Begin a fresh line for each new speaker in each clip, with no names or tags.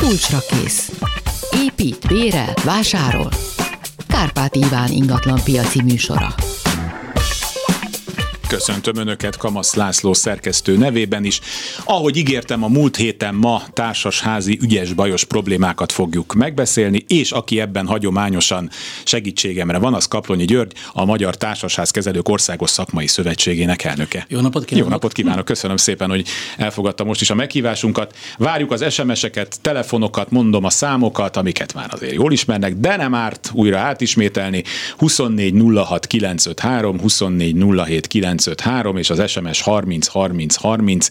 Kulcsra kész. Épít, bérel, vásárol. Kárpát Iván ingatlan piaci műsora.
Köszöntöm Önöket Kamasz László szerkesztő nevében is. Ahogy ígértem, a múlt héten ma társasházi ügyes-bajos problémákat fogjuk megbeszélni, és aki ebben hagyományosan segítségemre van, az Kaplonyi György, a Magyar Társasházkezelők Országos Szakmai Szövetségének elnöke.
Jó napot kívánok!
Jó napot kívánok! Köszönöm szépen, hogy elfogadta most is a meghívásunkat. Várjuk az SMS-eket, telefonokat, mondom a számokat, amiket már azért jól ismernek, de nem árt újra átismételni. 24 06 953, 24 07 953, és az SMS 30 30 30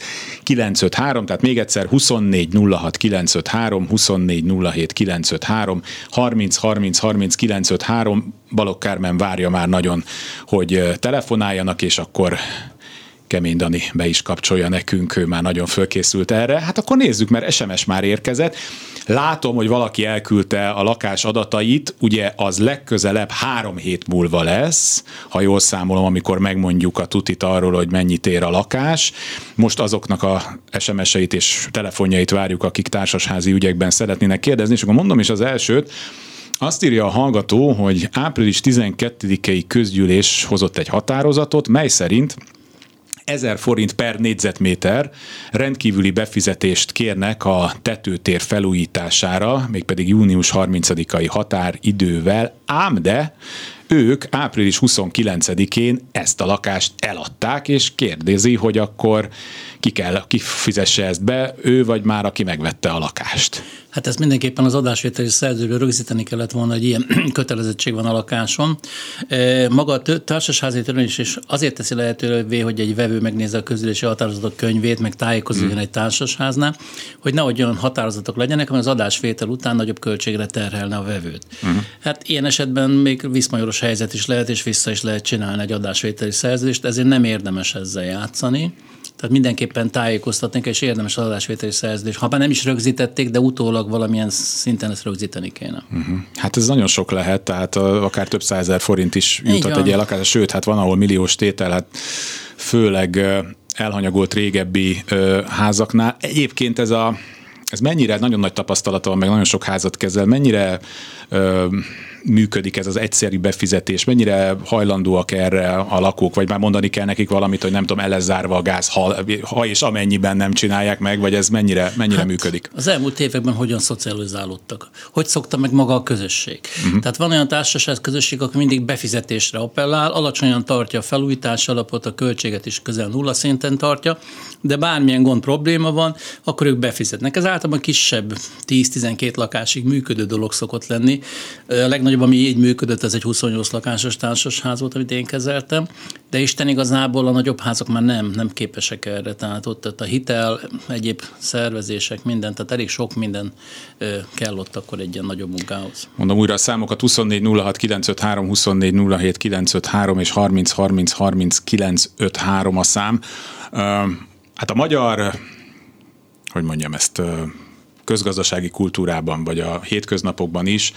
953, tehát még egyszer 24 06 953, 24 07 953, 30 30 30 953. Balogh Kármen várja már nagyon, hogy telefonáljanak, és akkor Kemény Dani be is kapcsolja nekünk, ő már nagyon fölkészült erre. Hát akkor nézzük, mert SMS már érkezett. Látom, hogy valaki elküldte a lakás adatait, ugye az legközelebb 3 hét múlva lesz, ha jól számolom, amikor megmondjuk a tutit arról, hogy mennyit ér a lakás. Most azoknak a SMS-eit és telefonjait várjuk, akik társasházi ügyekben szeretnének kérdezni, és akkor mondom is az elsőt. Azt írja a hallgató, hogy április 12-i közgyűlés hozott egy határozatot, mely szerint 1000 forint per négyzetméter rendkívüli befizetést kérnek a tetőtér felújítására, mégpedig június 30-ai határidővel, ám de ők április 29-én ezt a lakást eladták, és kérdezi, hogy akkor ki fizesse ezt be, ő vagy már aki megvette a lakást.
Hát ezt mindenképpen az adásvételi szerződőről rögzíteni kellett volna, hogy ilyen kötelezettség van a lakáson. Maga a társasházi törvényes is azért teszi lehetővé, hogy egy vevő megnézze a közülési határozatok könyvét, meg tájékozódjon egy társasháznál, hogy nehogy olyan határozatok legyenek, amely az adásvétel után nagyobb költségre terhelne a vevőt. Hát ilyen esetben még viszmajoros helyzet is lehet, és vissza is lehet csinálni egy adásvételi szerződést, ezért nem érdemes ezzel játszani. Tehát mindenképpen tájékoztatni kell, és érdemes az adásvételi szerződés. Ha már nem is rögzítették, de utólag valamilyen szinten ezt rögzíteni kéne.
Hát ez nagyon sok lehet, tehát akár több 100 000 forint is jutott egy ilyen lakás, sőt, hát van, ahol milliós tétel, hát főleg elhanyagolt régebbi házaknál. Egyébként ez mennyire, nagyon nagy tapasztalata van, meg nagyon sok házat kezel, mennyire működik ez az egyszeri befizetés, mennyire hajlandóak erre a lakók, vagy már mondani kell nekik valamit, hogy nem tudom, el lesz zárva a gáz, ha és amennyiben nem csinálják meg, vagy ez mennyire működik?
Az elmúlt években hogyan szocializálódtak? Hogy szokta meg maga a közösség? Tehát van olyan társaság közösség, aki mindig befizetésre appellál, alacsonyan tartja a felújítás alapot, a költséget is közel nulla szinten tartja, de bármilyen gond, probléma van, akkor ők befizetnek. Ez általában kisebb, 10-12 lakásig működő dolog szokott lenni. A legnagyobb, ami így működött, ez egy 28 lakásos társasház volt, amit én kezeltem, de Isten igazából a nagyobb házak már nem képesek erre, tehát ott a hitel, egyéb szervezések, minden, tehát elég sok minden kell ott akkor egy ilyen nagyobb munkához.
Mondom újra a számokat, 24 06 953, 24 07 953 és 30 30 30 953 a szám. Hát a magyar, hogy mondjam ezt, közgazdasági kultúrában, vagy a hétköznapokban is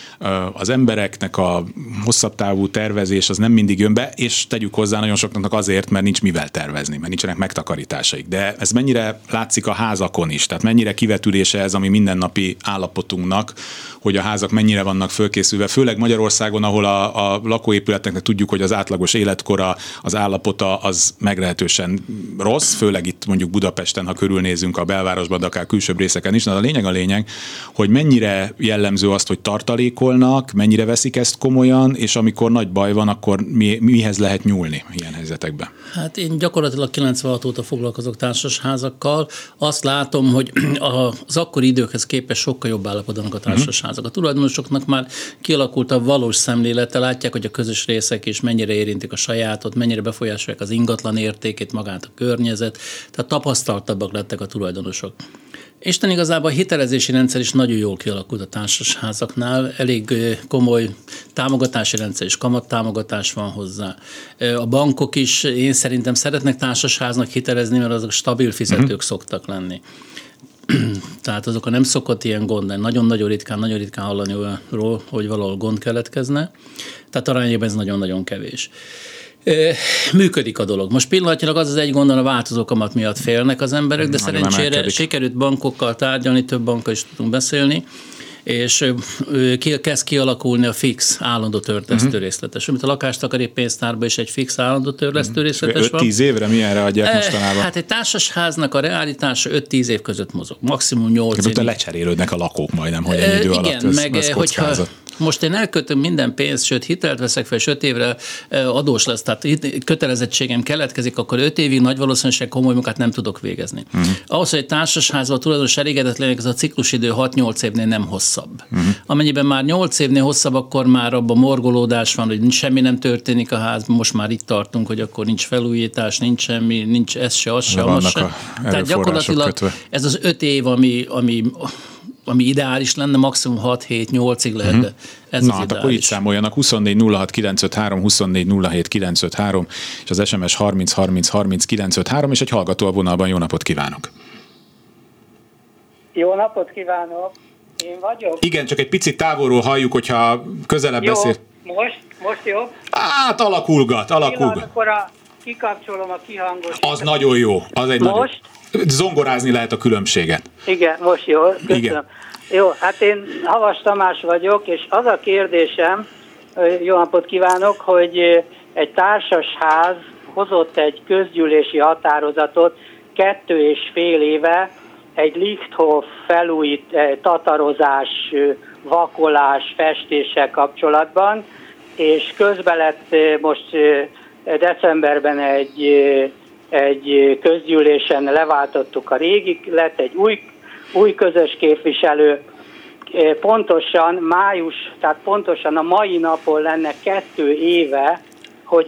az embereknek a hosszabb távú tervezés az nem mindig jön be, és tegyük hozzá nagyon soknak azért, mert nincs mivel tervezni, mert nincsenek megtakarításaik. De ez mennyire látszik a házakon is, tehát mennyire kivetülése ez a mi mindennapi állapotunknak, hogy a házak mennyire vannak fölkészülve, főleg Magyarországon, ahol a lakóépületeknek tudjuk, hogy az átlagos életkora, az állapota az meglehetősen rossz, főleg itt mondjuk Budapesten, ha körülnézünk a belvárosban, de akár külsőbb részeken is. Na, a lényeg, hogy mennyire jellemző azt, hogy tartalékolnak, mennyire veszik ezt komolyan, és amikor nagy baj van, akkor mihez lehet nyúlni ilyen helyzetekben?
Hát én gyakorlatilag 96 óta foglalkozok társasházakkal. Azt látom, hogy az akkori időkhez képest sokkal jobb állapotban a társasházak. A tulajdonosoknak már kialakult a valós szemlélete, látják, hogy a közös részek is mennyire érintik a sajátot, mennyire befolyásolják az ingatlan értékét, magát a környezet, tehát tapasztaltabbak lettek a tulajdonosok. Isten igazából a hitelezési rendszer is nagyon jól kialakult a társasházaknál, elég komoly támogatási rendszer és kamattámogatás van hozzá. A bankok is én szerintem szeretnek társasháznak hitelezni, mert azok stabil fizetők szoktak lenni. Tehát azok nem szokott ilyen gond, de nagyon-nagyon ritkán hallani olyanról, hogy valahol gond keletkezne. Tehát arányában ez nagyon-nagyon kevés. Működik a dolog. Most pillanatnyilag az egy gondol, a változó kamat miatt félnek az emberek, de szerencsére sikerült bankokkal tárgyalni, több bankkal is tudunk beszélni, és kezd kialakulni a fix állandó törlesztő részletes. Mint a lakástakarékpénztárban is egy fix állandó törlesztő részletes van.
5-10 évre milyenre adják mostanában?
Hát egy társasháznak a reálitása 5-10 év között mozog. Maximum 8 év.
Lecserélődnek a lakók majdnem, hogy ennyi idő alatt ez kockázat.
Most én elköltöm minden pénzt, sőt hitelt veszek fel, és 5 évre adós lesz, tehát kötelezettségem keletkezik, akkor 5 évig nagy valószínűség komoly munkát nem tudok végezni. Ahhoz, hogy egy társasházban tulajdonos elégedetlenek, ez a ciklusidő 6-8 évnél nem hosszabb. Amennyiben már 8 évnél hosszabb, akkor már abban morgolódás van, hogy semmi nem történik a házban, most már itt tartunk, hogy akkor nincs felújítás, nincs semmi, nincs ez se, az se, az se. Tehát gyakorlatilag ez az 5 év, ami ideális lenne, maximum 6-7-8-ig lehet, de ez
na,
az
hát
ideális.
akkor így számoljanak, 24 06 953, 24 07 953, és az SMS 30 30 30 953, és egy hallgató a vonalban. Jó napot kívánok!
Jó napot kívánok! Én vagyok.
Igen, csak egy picit távolról halljuk, hogyha közelebb
jó,
beszél.
Most jobb?
Hát alakulgat.
Akkor kikapcsolom a kihangosítást.
Az nagyon jó. Az egy
most?
Nagyon... Zongorázni lehet a különbséget.
Igen, most jó. Köszönöm. Igen. Jó, hát én Havas Tamás vagyok, és az a kérdésem, jó napot kívánok, hogy egy társasház hozott egy közgyűlési határozatot 2,5 éve, egy Lichthof tatarozás, vakolás, festéssel kapcsolatban, és közben lett most decemberben egy közgyűlésen leváltottuk a régi, lett egy új közös képviselő, pontosan tehát pontosan a mai napon lenne 2 éve, hogy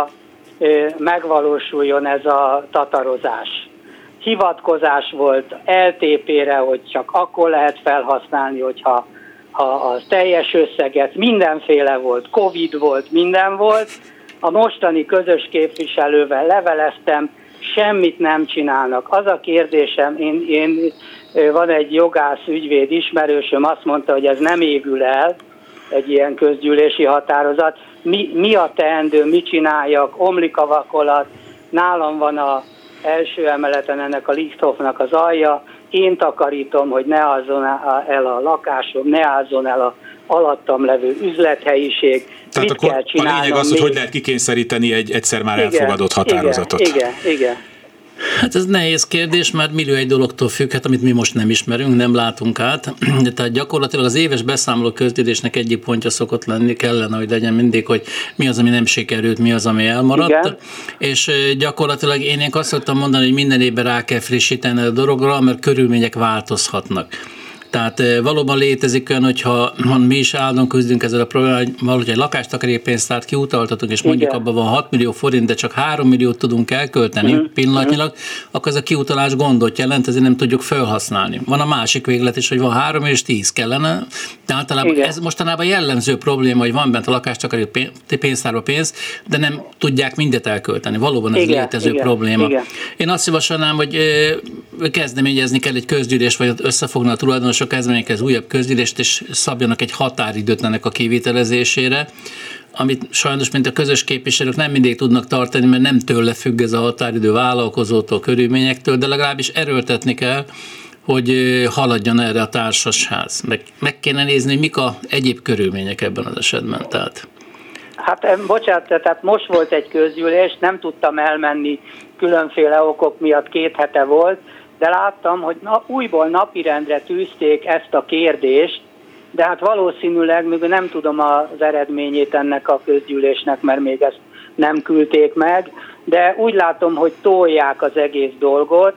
megvalósuljon ez a tatarozás. Hivatkozás volt LTP-re, hogy csak akkor lehet felhasználni, hogyha a teljes összeget, mindenféle volt, Covid volt, minden volt. A mostani közös képviselővel leveleztem, semmit nem csinálnak. Az a kérdésem, van egy jogász ügyvéd ismerősöm, azt mondta, hogy ez nem évül el, egy ilyen közgyűlési határozat. Mi a teendő, mit csináljak, omlik a vakolat, nálam van az első emeleten ennek a Lichthofnak az alja, én takarítom, hogy ne ázzon el a lakásom, ne ázzon el a alattam levő üzlethelyiség.
Tehát
mit
akkor
kell csinálnom?
A lényeg az, hogy lehet kikényszeríteni egy egyszer már elfogadott határozatot.
Igen.
Hát ez nehéz kérdés, mert millió egy dologtól függ, amit mi most nem ismerünk, nem látunk át. Tehát gyakorlatilag az éves beszámoló közgyűlésnek egyik pontja szokott lenni, kellene, hogy legyen mindig, hogy mi az, ami nem sikerült, mi az, ami elmaradt. Igen. És gyakorlatilag én azt szoktam mondani, hogy minden évben rá kell frissíteni a dologra, mert körülmények változhatnak. Tehát valóban létezik olyan, hogyha mi is állandóan küzdünk ezzel a problémával, hogy valahogy egy lakástakarékpénztárt kiutaltatunk, és mondjuk abban van 6 millió forint, de csak 3 milliót tudunk elkölteni pillanatnyilag, akkor ez a kiutalás gondot jelent, ezért nem tudjuk felhasználni. Van a másik véglet is, hogy van 3 és 10 kellene, de általában ez mostanában jellemző probléma, hogy van bent a lakástakarékpénztárba pénz, de nem tudják mindet elkölteni. Valóban ez létező probléma. Igen. Én azt javasolnám, hogy kezdeményezni kell egy közgyűlés, vagy összefogni a tulajdonos kezdeményekhez újabb közgyűlést, és szabjanak egy határidőt ennek a kivitelezésére, amit sajnos, mint a közös képviselők nem mindig tudnak tartani, mert nem tőle függ ez a határidő, vállalkozótól, körülményektől, de legalábbis erőltetni kell, hogy haladjon erre a társasház. Meg kéne nézni, hogy mik a egyéb körülmények ebben az esetben.
Hát bocsánat, tehát most volt egy közgyűlés, nem tudtam elmenni különféle okok miatt, 2 hete volt, de láttam, hogy újból napirendre tűzték ezt a kérdést, de hát valószínűleg még nem tudom az eredményét ennek a közgyűlésnek, mert még ezt nem küldték meg, de úgy látom, hogy tolják az egész dolgot,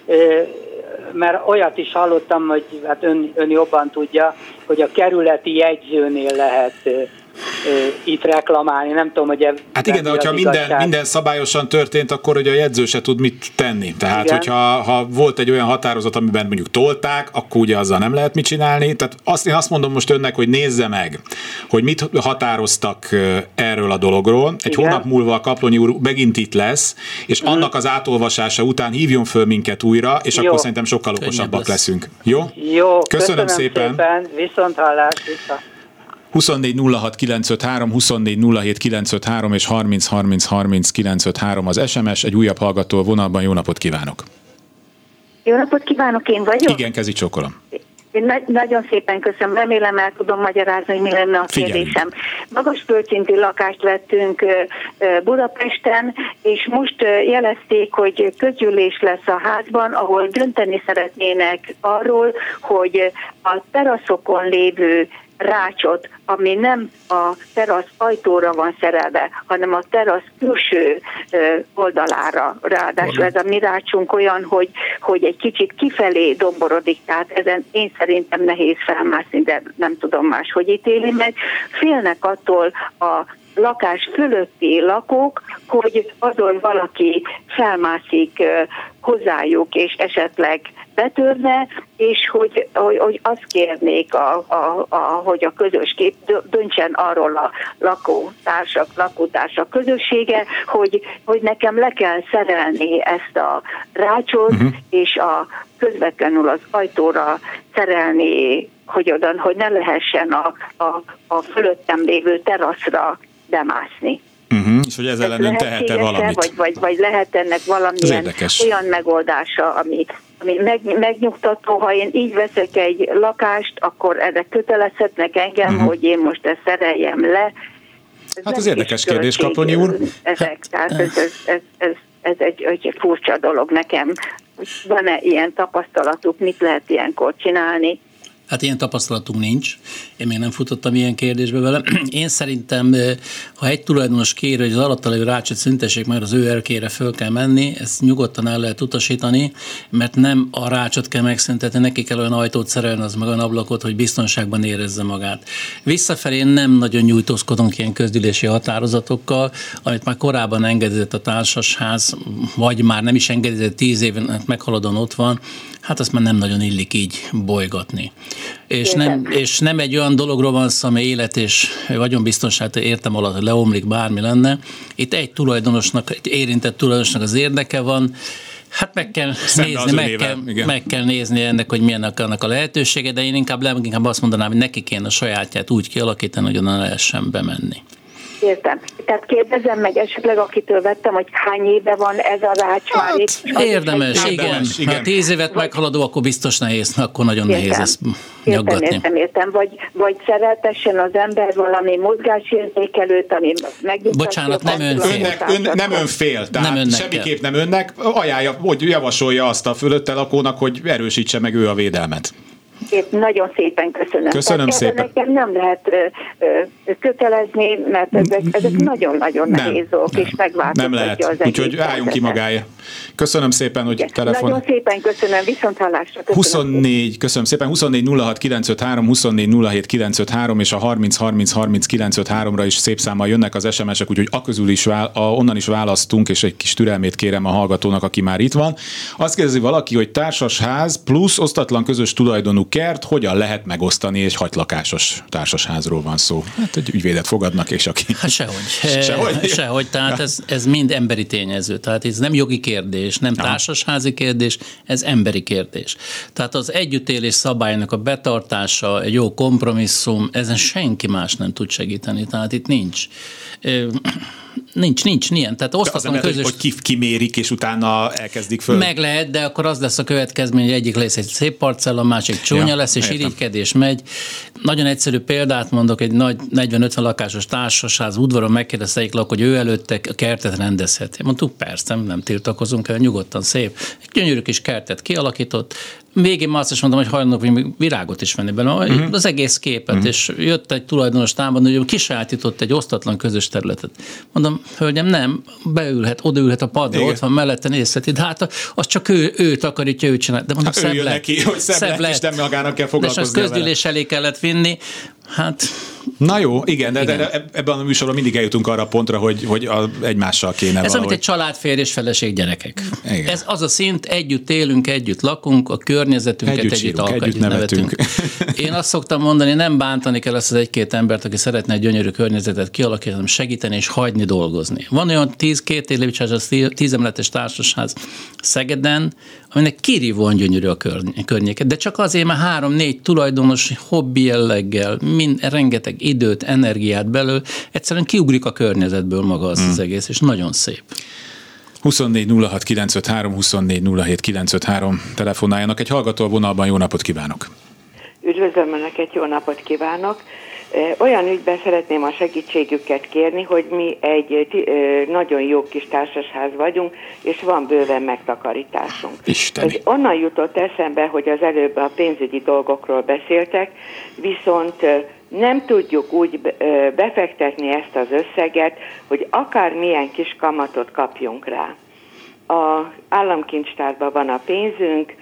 mert olyat is hallottam, hogy hát ön jobban tudja, hogy a kerületi jegyzőnél lehet itt reklamálni, nem tudom, hogy
hát igen, de hogyha minden szabályosan történt, akkor ugye a jegyző se tud mit tenni. Tehát, igen. hogyha volt egy olyan határozat, amiben mondjuk tolták, akkor ugye azzal nem lehet mit csinálni. Tehát én azt mondom most önnek, hogy nézze meg, hogy mit határoztak erről a dologról. Egy hónap múlva a Kaplonyi úr megint itt lesz, és annak az átolvasása után hívjon föl minket újra, és akkor szerintem sokkal okosabbak leszünk. Jó?
Jó,
köszönöm szépen.
Viszonthallás.
24 06 953, 24 07 953 és 30 30 30 953 az SMS. Egy újabb hallgató a vonalban. Jó napot kívánok!
Jó napot kívánok, én vagyok?
Igen, kezi csókolom.
Én nagyon szépen köszönöm, remélem el tudom magyarázni, hogy mi lenne a kérdésem. Magas földszintű lakást vettünk Budapesten, és most jelezték, hogy közgyűlés lesz a házban, ahol dönteni szeretnének arról, hogy a teraszokon lévő rácsot, ami nem a terasz ajtóra van szerelve, hanem a terasz külső oldalára. Ráadásul ez a mi rácsunk olyan, hogy egy kicsit kifelé domborodik, tehát ezen én szerintem nehéz felmászni, de nem tudom más, hogy ítéli meg. Félnek attól a lakás fölötti lakók, hogy azon valaki felmászik hozzájuk, és esetleg betörne, és hogy azt kérnék, hogy a közösség döntsen arról a lakótársak közössége, hogy nekem le kell szerelni ezt a rácsot, és közvetlenül az ajtóra szerelni, hogy ne lehessen a fölöttem lévő teraszra bemászni.
És hogy ezzel ellen tehet-e valamit?
Vagy lehet ennek valamilyen olyan megoldása, ami megnyugtató, ha én így veszek egy lakást, akkor erre kötelezhetnek engem, hogy én most ezt szereljem le.
Hát ez érdekes kérdés, Kaplonyi úr.
Tehát ez egy furcsa dolog nekem. Van-e ilyen tapasztalatuk, mit lehet ilyenkor csinálni?
Hát ilyen tapasztalatunk nincs. Én még nem futottam ilyen kérdésbe vele. Én szerintem, ha egy tulajdonos kér, hogy az alatta lévő rácsot szüntessék, mert az ő erkére föl kell menni, ezt nyugodtan el lehet utasítani, mert nem a rácsot kell megszüntetni, neki kell olyan ajtót szerelni, az meg olyan ablakot, hogy biztonságban érezze magát. Visszafelé nem nagyon nyújtózkodunk ilyen közgyűlési határozatokkal, amit már korábban engedett a társasház, vagy már nem is engedett, 10 éven meghaladóan ott van, hát azt már nem nagyon illik így bolygatni. És nem egy olyan dologról van szó, amely élet és vagyonbiztonság értem alatt, hogy leomlik, bármi lenne. Itt egy tulajdonosnak, egy érintett tulajdonosnak az érdeke van, hát meg kell nézni ennek, hogy milyen annak a lehetősége, de én inkább azt mondanám, hogy neki kéne a sajátját úgy kialakítani, hogy onnan lehessen bemenni.
Értem. Tehát kérdezem meg esetleg, akitől vettem, hogy hány éve van ez a rács már itt.
Érdemes, igen. Ha 10 évet meghaladó, akkor biztos nehéz, akkor nagyon nehéz ezt nyaggatni.
Értem. Vagy szereltessen az ember valami mozgásérzékelőt, ami megnyugtatja.
Bocsánat, nem önfél.
Nem önfél, tehát semmiképp nem önnek. Ajánlja, hogy javasolja azt a fölötte lakónak, hogy erősítse meg ő a védelmet.
Nagyon szépen köszönöm.
Köszönöm szépen.
Nekem nem lehet kötelezni, mert ezek nagyon-nagyon nehéz dolgok, és megváltoztatja
nem lehet.
Az egész.
Úgyhogy álljunk ki magája. Köszönöm szépen, hogy telefon.
Nagyon szépen köszönöm, viszonthallásra.
24 06 953, 24 07 953 és a 30 30 30 953-ra is szép számmal jönnek az SMS-ek, úgyhogy aközül is onnan is választunk, és egy kis türelmét kérem a hallgatónak, aki már itt van. Azt kérdezi valaki, hogy társasház plusz osztatlan közös tulajdonú kert hogyan lehet megosztani, egy hatlakásos társasházról van szó. Hát egy ügyvédet fogadnak, és aki...
Hát sehogy. Tehát ez mind emberi tényező. Tehát ez nem jogi kérdés, nem társasházi kérdés, ez emberi kérdés. Tehát az együttélés szabálynak a betartása, egy jó kompromisszum, ezen senki más nem tud segíteni. Tehát itt nincs ilyen. Tehát osztatlan közös...
hogy kimérik, és utána elkezdik föl.
Meg lehet, de akkor az lesz a következmény, hogy egyik lesz egy szép parcella, a másik csúnya lesz, és irigykedés megy. Nagyon egyszerű példát mondok, egy nagy 40-50 lakásos társasház udvaron megkérdezte egyik lakó, hogy ő előtte a kertet rendezheti. Mondtuk, persze, nem tiltakozunk el, nyugodtan szép. Egy gyönyörű kis kertet kialakított. Végén már azt is mondtam, hogy hajlandók még virágot is venni benne, az egész képet, és jött egy tulajdonos támadni, hogy kisajátított egy osztatlan közös területet. Mondom, hölgyem, nem, beülhet, odaülhet a padra, ott van mellette, nézheti, de hát az csak ő takarítja, ő csinál. De mondom, szebb lett.
Neki, hogy szebb lett, és nem magának kell foglalkozni.
És az közgyűlés elé kellett vinni, hát...
Na jó, igen, de ebben a műsorban mindig eljutunk arra a pontra, hogy egymással kéne valahogy.
Ez amit egy család, férj és feleség, gyerekek. Igen. Ez az a szint, együtt élünk, együtt lakunk, a környezetünket együtt alkotjuk, együtt nevetünk. Én azt szoktam mondani, nem bántani kell azt az egy-két embert, aki szeretne egy gyönyörű környezetet kialakítani, segíteni és hagyni dolgozni. Van olyan 10-2 életes, 10 emeletes társasház Szegeden, aminek kirívóan gyönyörű a környéke, de csak azért, mert 3-4 tulajdonos hobbi jelleggel rengeteg időt, energiát belőle, egyszerűen kiugrik a környezetből maga az egész, és nagyon szép.
24 06 953, 24 07 953 telefonáljanak. Egy hallgató a vonalban, jó napot kívánok!
Üdvözlöm Önöket, jó napot kívánok! Olyan ügyben szeretném a segítségüket kérni, hogy mi egy nagyon jó kis társasház vagyunk, és van bőven megtakarításunk. Onnan jutott eszembe, hogy az előbb a pénzügyi dolgokról beszéltek, viszont nem tudjuk úgy befektetni ezt az összeget, hogy akármilyen kis kamatot kapjunk rá. Az államkincstárban van a pénzünk,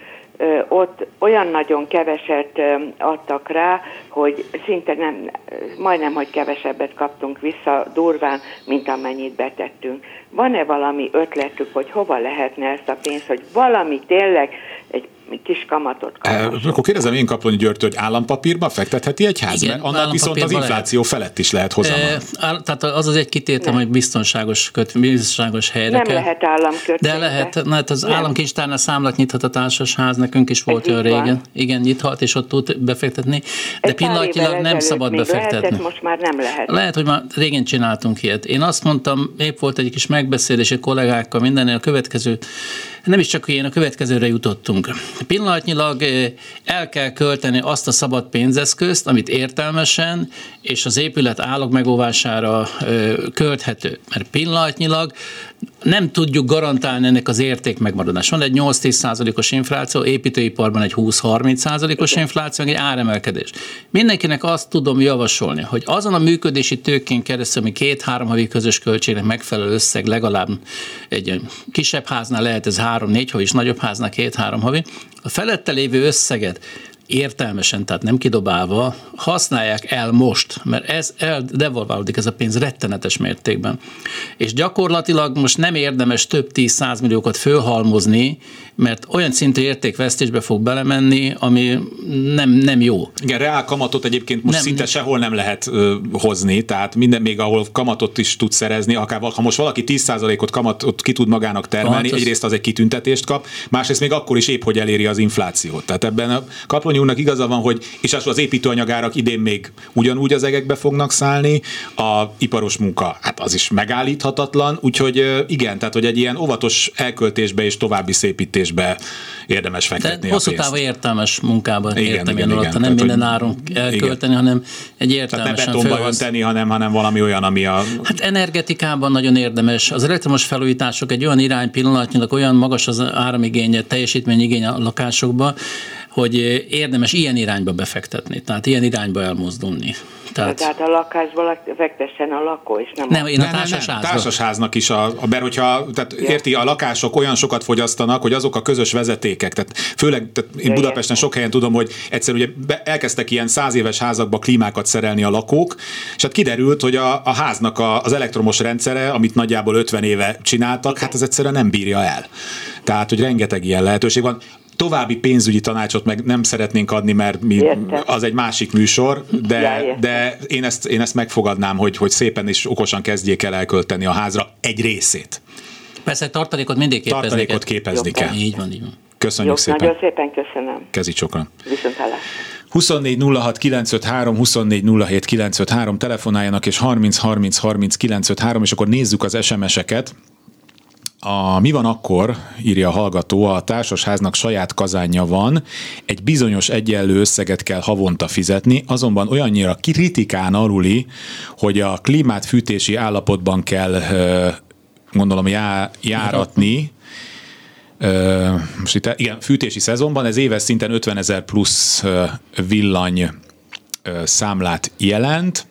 ott olyan nagyon keveset adtak rá, hogy szinte majdnem, hogy kevesebbet kaptunk vissza durván, mint amennyit betettünk. Van-e valami ötletük, hogy hova lehetne ezt a pénzt, hogy valami tényleg egy kis kamatot kapunk?
Akkor kérdezem én Kaplonyi Györgytől, hogy állampapírba fektetheti egy ház? Igen, mert annak viszont az infláció felett is lehet hozama.
Tehát az egy kitétem, hogy biztonságos helyre
nem
kell.
Lehet államkötvénybe.
De lehet, mert az államkincstárnál számlát nyithat a társasház, nekünk is volt olyan régen. Igen, nyithat, és ott tud befektetni, de pillanatnyilag nem szabad befektetni.
Lehetett, most már nem lehet.
Lehet, hogy már régen csináltunk ilyet. Én azt mondtam, épp volt egy kis megbeszélés egy kollégákkal, mindennél a következő, nem is csak ilyen, a következőre jutottunk. Pillanatnyilag el kell költeni azt a szabad pénzeszközt, amit értelmesen és az épület állag megóvására költhető. Mert pillanatnyilag nem tudjuk garantálni ennek az érték megmaradást. Van egy 8-10%-os infláció, építőiparban egy 20-30%-os infláció, egy áremelkedés. Mindenkinek azt tudom javasolni, hogy azon a működési tőkén keresztül, ami 2-3 havi közös költségnek megfelelő összeg, legalább egy kisebb háznál lehet ez 3-4 havi, és nagyobb háznál 2-3 havi, a felette lévő összeget értelmesen, tehát nem kidobálva, használják el most, mert ez eldevalválódik ez a pénz rettenetes mértékben. És gyakorlatilag most nem érdemes több 10-100 milliókat fölhalmozni, mert olyan szintű értékvesztésbe fog belemenni, ami nem jó.
Igen, reál kamatot egyébként most szinte sehol nem lehet hozni, tehát minden, még ahol kamatot is tud szerezni, akár ha most valaki 10%-ot kamatot ki tud magának termelni, egyrészt az egy kitüntetést kap, másrészt még akkor is épp, hogy eléri az inflációt. Tehát ebben a Kaplonyi úrnak igaza van, hogy és az építőanyagárak idén még ugyanúgy az egekbe fognak szállni, a iparos munka, hát az is megállíthatatlan, úgyhogy igen, tehát hogy egy ilyen óvatos elköltésbe és további szépítésbe érdemes fektetni a pénzt.
Hosszú távú értelmes munkában értem én alatta, nem minden áron elkölteni, hanem egy értelmesen
tehát ne betonba önteni, hanem valami olyan, ami a...
Hát energetikában nagyon érdemes. Az elektromos felújítások egy olyan irány pillanatnyilag, olyan magas az áramigénye, teljesítményigény a lakásokban, hogy érdemes ilyen irányba befektetni, tehát ilyen irányba elmozdulni.
Tehát a lakásban fektessen a lakó, és nem
én a társasházban.
Társasháznak is, mert hogyha, tehát érti, a lakások olyan sokat fogyasztanak, hogy azok a közös vezetékek, tehát főleg én Budapesten sok helyen tudom, hogy egyszer ugye elkezdtek ilyen 100 éves házakba klímákat szerelni a lakók, és hát kiderült, hogy a háznak az elektromos rendszere, amit nagyjából 50 éve csináltak, hát ez egyszerűen nem bírja el. Tehát, hogy rengeteg ilyen lehetőség van. További pénzügyi tanácsot meg nem szeretnénk adni, mert az egy másik műsor, de én ezt megfogadnám, hogy szépen és okosan kezdjék el elkölteni a házra egy részét.
Persze tartalékot mindig képezni.
Tartalékot képezni kell.
Így van.
Köszönjük szépen.
Nagyon szépen köszönöm.
Kezi csokran.
Viszonthallásra.
24 06 953, 24 07 953 telefonáljanak, és 30 30 30 953, és akkor nézzük az SMS-eket. Mi van akkor, írja a hallgató, a társasháznak saját kazánja van, egy bizonyos egyenlő összeget kell havonta fizetni, azonban olyannyira kritikán aluli, hogy a klímát fűtési állapotban kell, gondolom, járatni, most itt, igen, fűtési szezonban, ez éves szinten 50 000 plusz villany számlát jelent,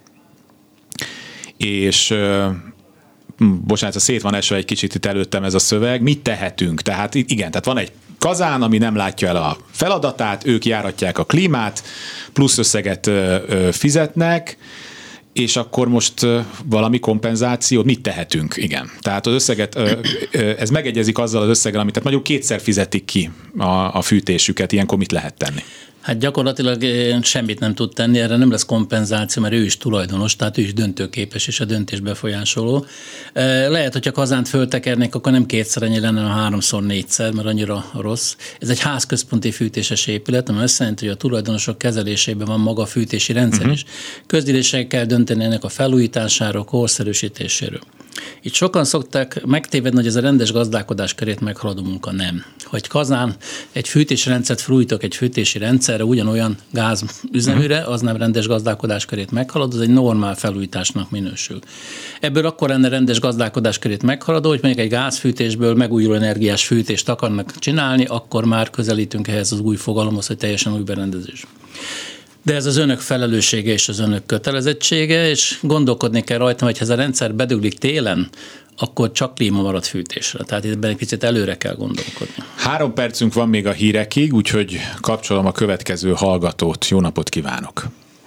és bocsánat, szét van esve egy kicsit itt előttem ez a szöveg, mit tehetünk? Tehát igen, tehát van egy kazán, ami nem látja el a feladatát, ők járatják a klímát, plusz összeget fizetnek, és akkor most valami kompenzációt, mit tehetünk? Igen. Tehát az összeget, ez megegyezik azzal az összeggel, amit tehát mondjuk 2-szer fizetik ki a fűtésüket, ilyenkor mit lehet tenni?
Hát gyakorlatilag semmit nem tud tenni, erre nem lesz kompenzáció, mert ő is tulajdonos, tehát ő is döntőképes és a döntés befolyásoló. Lehet, hogyha kazánt föltekernék, akkor nem kétszer ennyi lenne, hanem 3-4-szer, mert annyira rossz. Ez egy házközponti fűtéses épület, ami azt jelenti, hogy a tulajdonosok kezelésében van maga a fűtési rendszer is. Közgyűléssel kell dönteni ennek a felújításáról, korszerűsítéséről. Itt sokan szokták megtévedni, hogy ez a rendes gazdálkodás körét meghaladó munka nem. Hogy kazán egy fűtési rendszert felújítok egy fűtési rendszerre, ugyanolyan gázüzeműre, az nem rendes gazdálkodás körét meghalad, az egy normál felújításnak minősül. Ebből akkor lenne rendes gazdálkodás körét meghaladó, hogy mondjuk egy gázfűtésből megújuló energiás fűtést akarnak csinálni, akkor már közelítünk ehhez az új fogalomhoz, hogy teljesen új berendezés. De ez az önök felelőssége és az önök kötelezettsége, és gondolkodni kell rajta, hogy ha ez a rendszer beduglik télen, akkor csak klíma marad fűtésre. Tehát ebben egy picit előre kell gondolkodni.
3 percünk van még a hírekig, úgyhogy kapcsolom a következő hallgatót. Jó napot kívánok!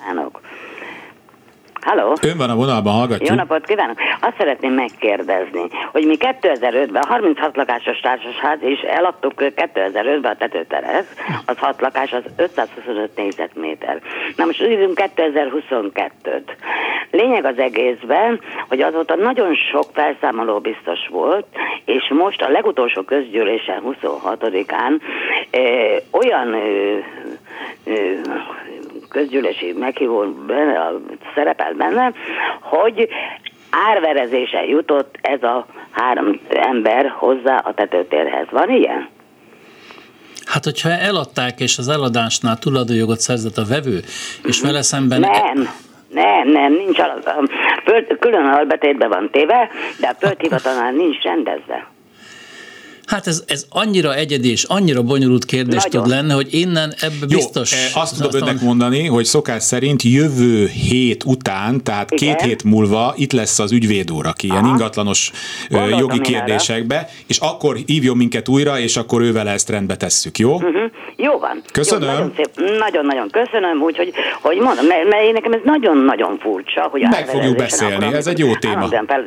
Halló?
Ön van a vonalban, hallgatjuk.
Jó napot kívánok! Azt szeretném megkérdezni, hogy mi 2005-ben 36 lakásos társasház, és eladtuk 2005-ben a tetőterhez, az 6 lakás, az 525 négyzetméter. Na most írjunk 2022-t. Lényeg az egészben, hogy azóta nagyon sok felszámoló biztos volt, és most a legutolsó közgyűlésen 26-án olyan közgyűlési meghívó szerepel benne, hogy árverezése jutott ez a 3 ember hozzá a tetőtérhez. Van ilyen?
Hát, hogyha eladták, és az eladásnál tulajdonjogot szerzett a vevő, és vele szemben...
Nem, nincs külön albetétbe van téve, de a földhivatalnál nincs rendezve.
Hát ez annyira egyedi és annyira bonyolult kérdés tud lenni, hogy innen ebbe biztos...
Azt tudom önnek mondani, hogy szokás szerint jövő hét után, tehát 2 hét múlva itt lesz az ügyvéd úr, aki ilyen ingatlanos jogi kérdésekbe, és akkor hívjon minket újra, és akkor ővel ezt rendbe tesszük, jó?
Jó van.
Köszönöm.
Nagyon-nagyon köszönöm, úgyhogy hogy mondom, mert én nekem ez nagyon-nagyon furcsa, hogy
meg fogjuk beszélni, ez egy jó téma.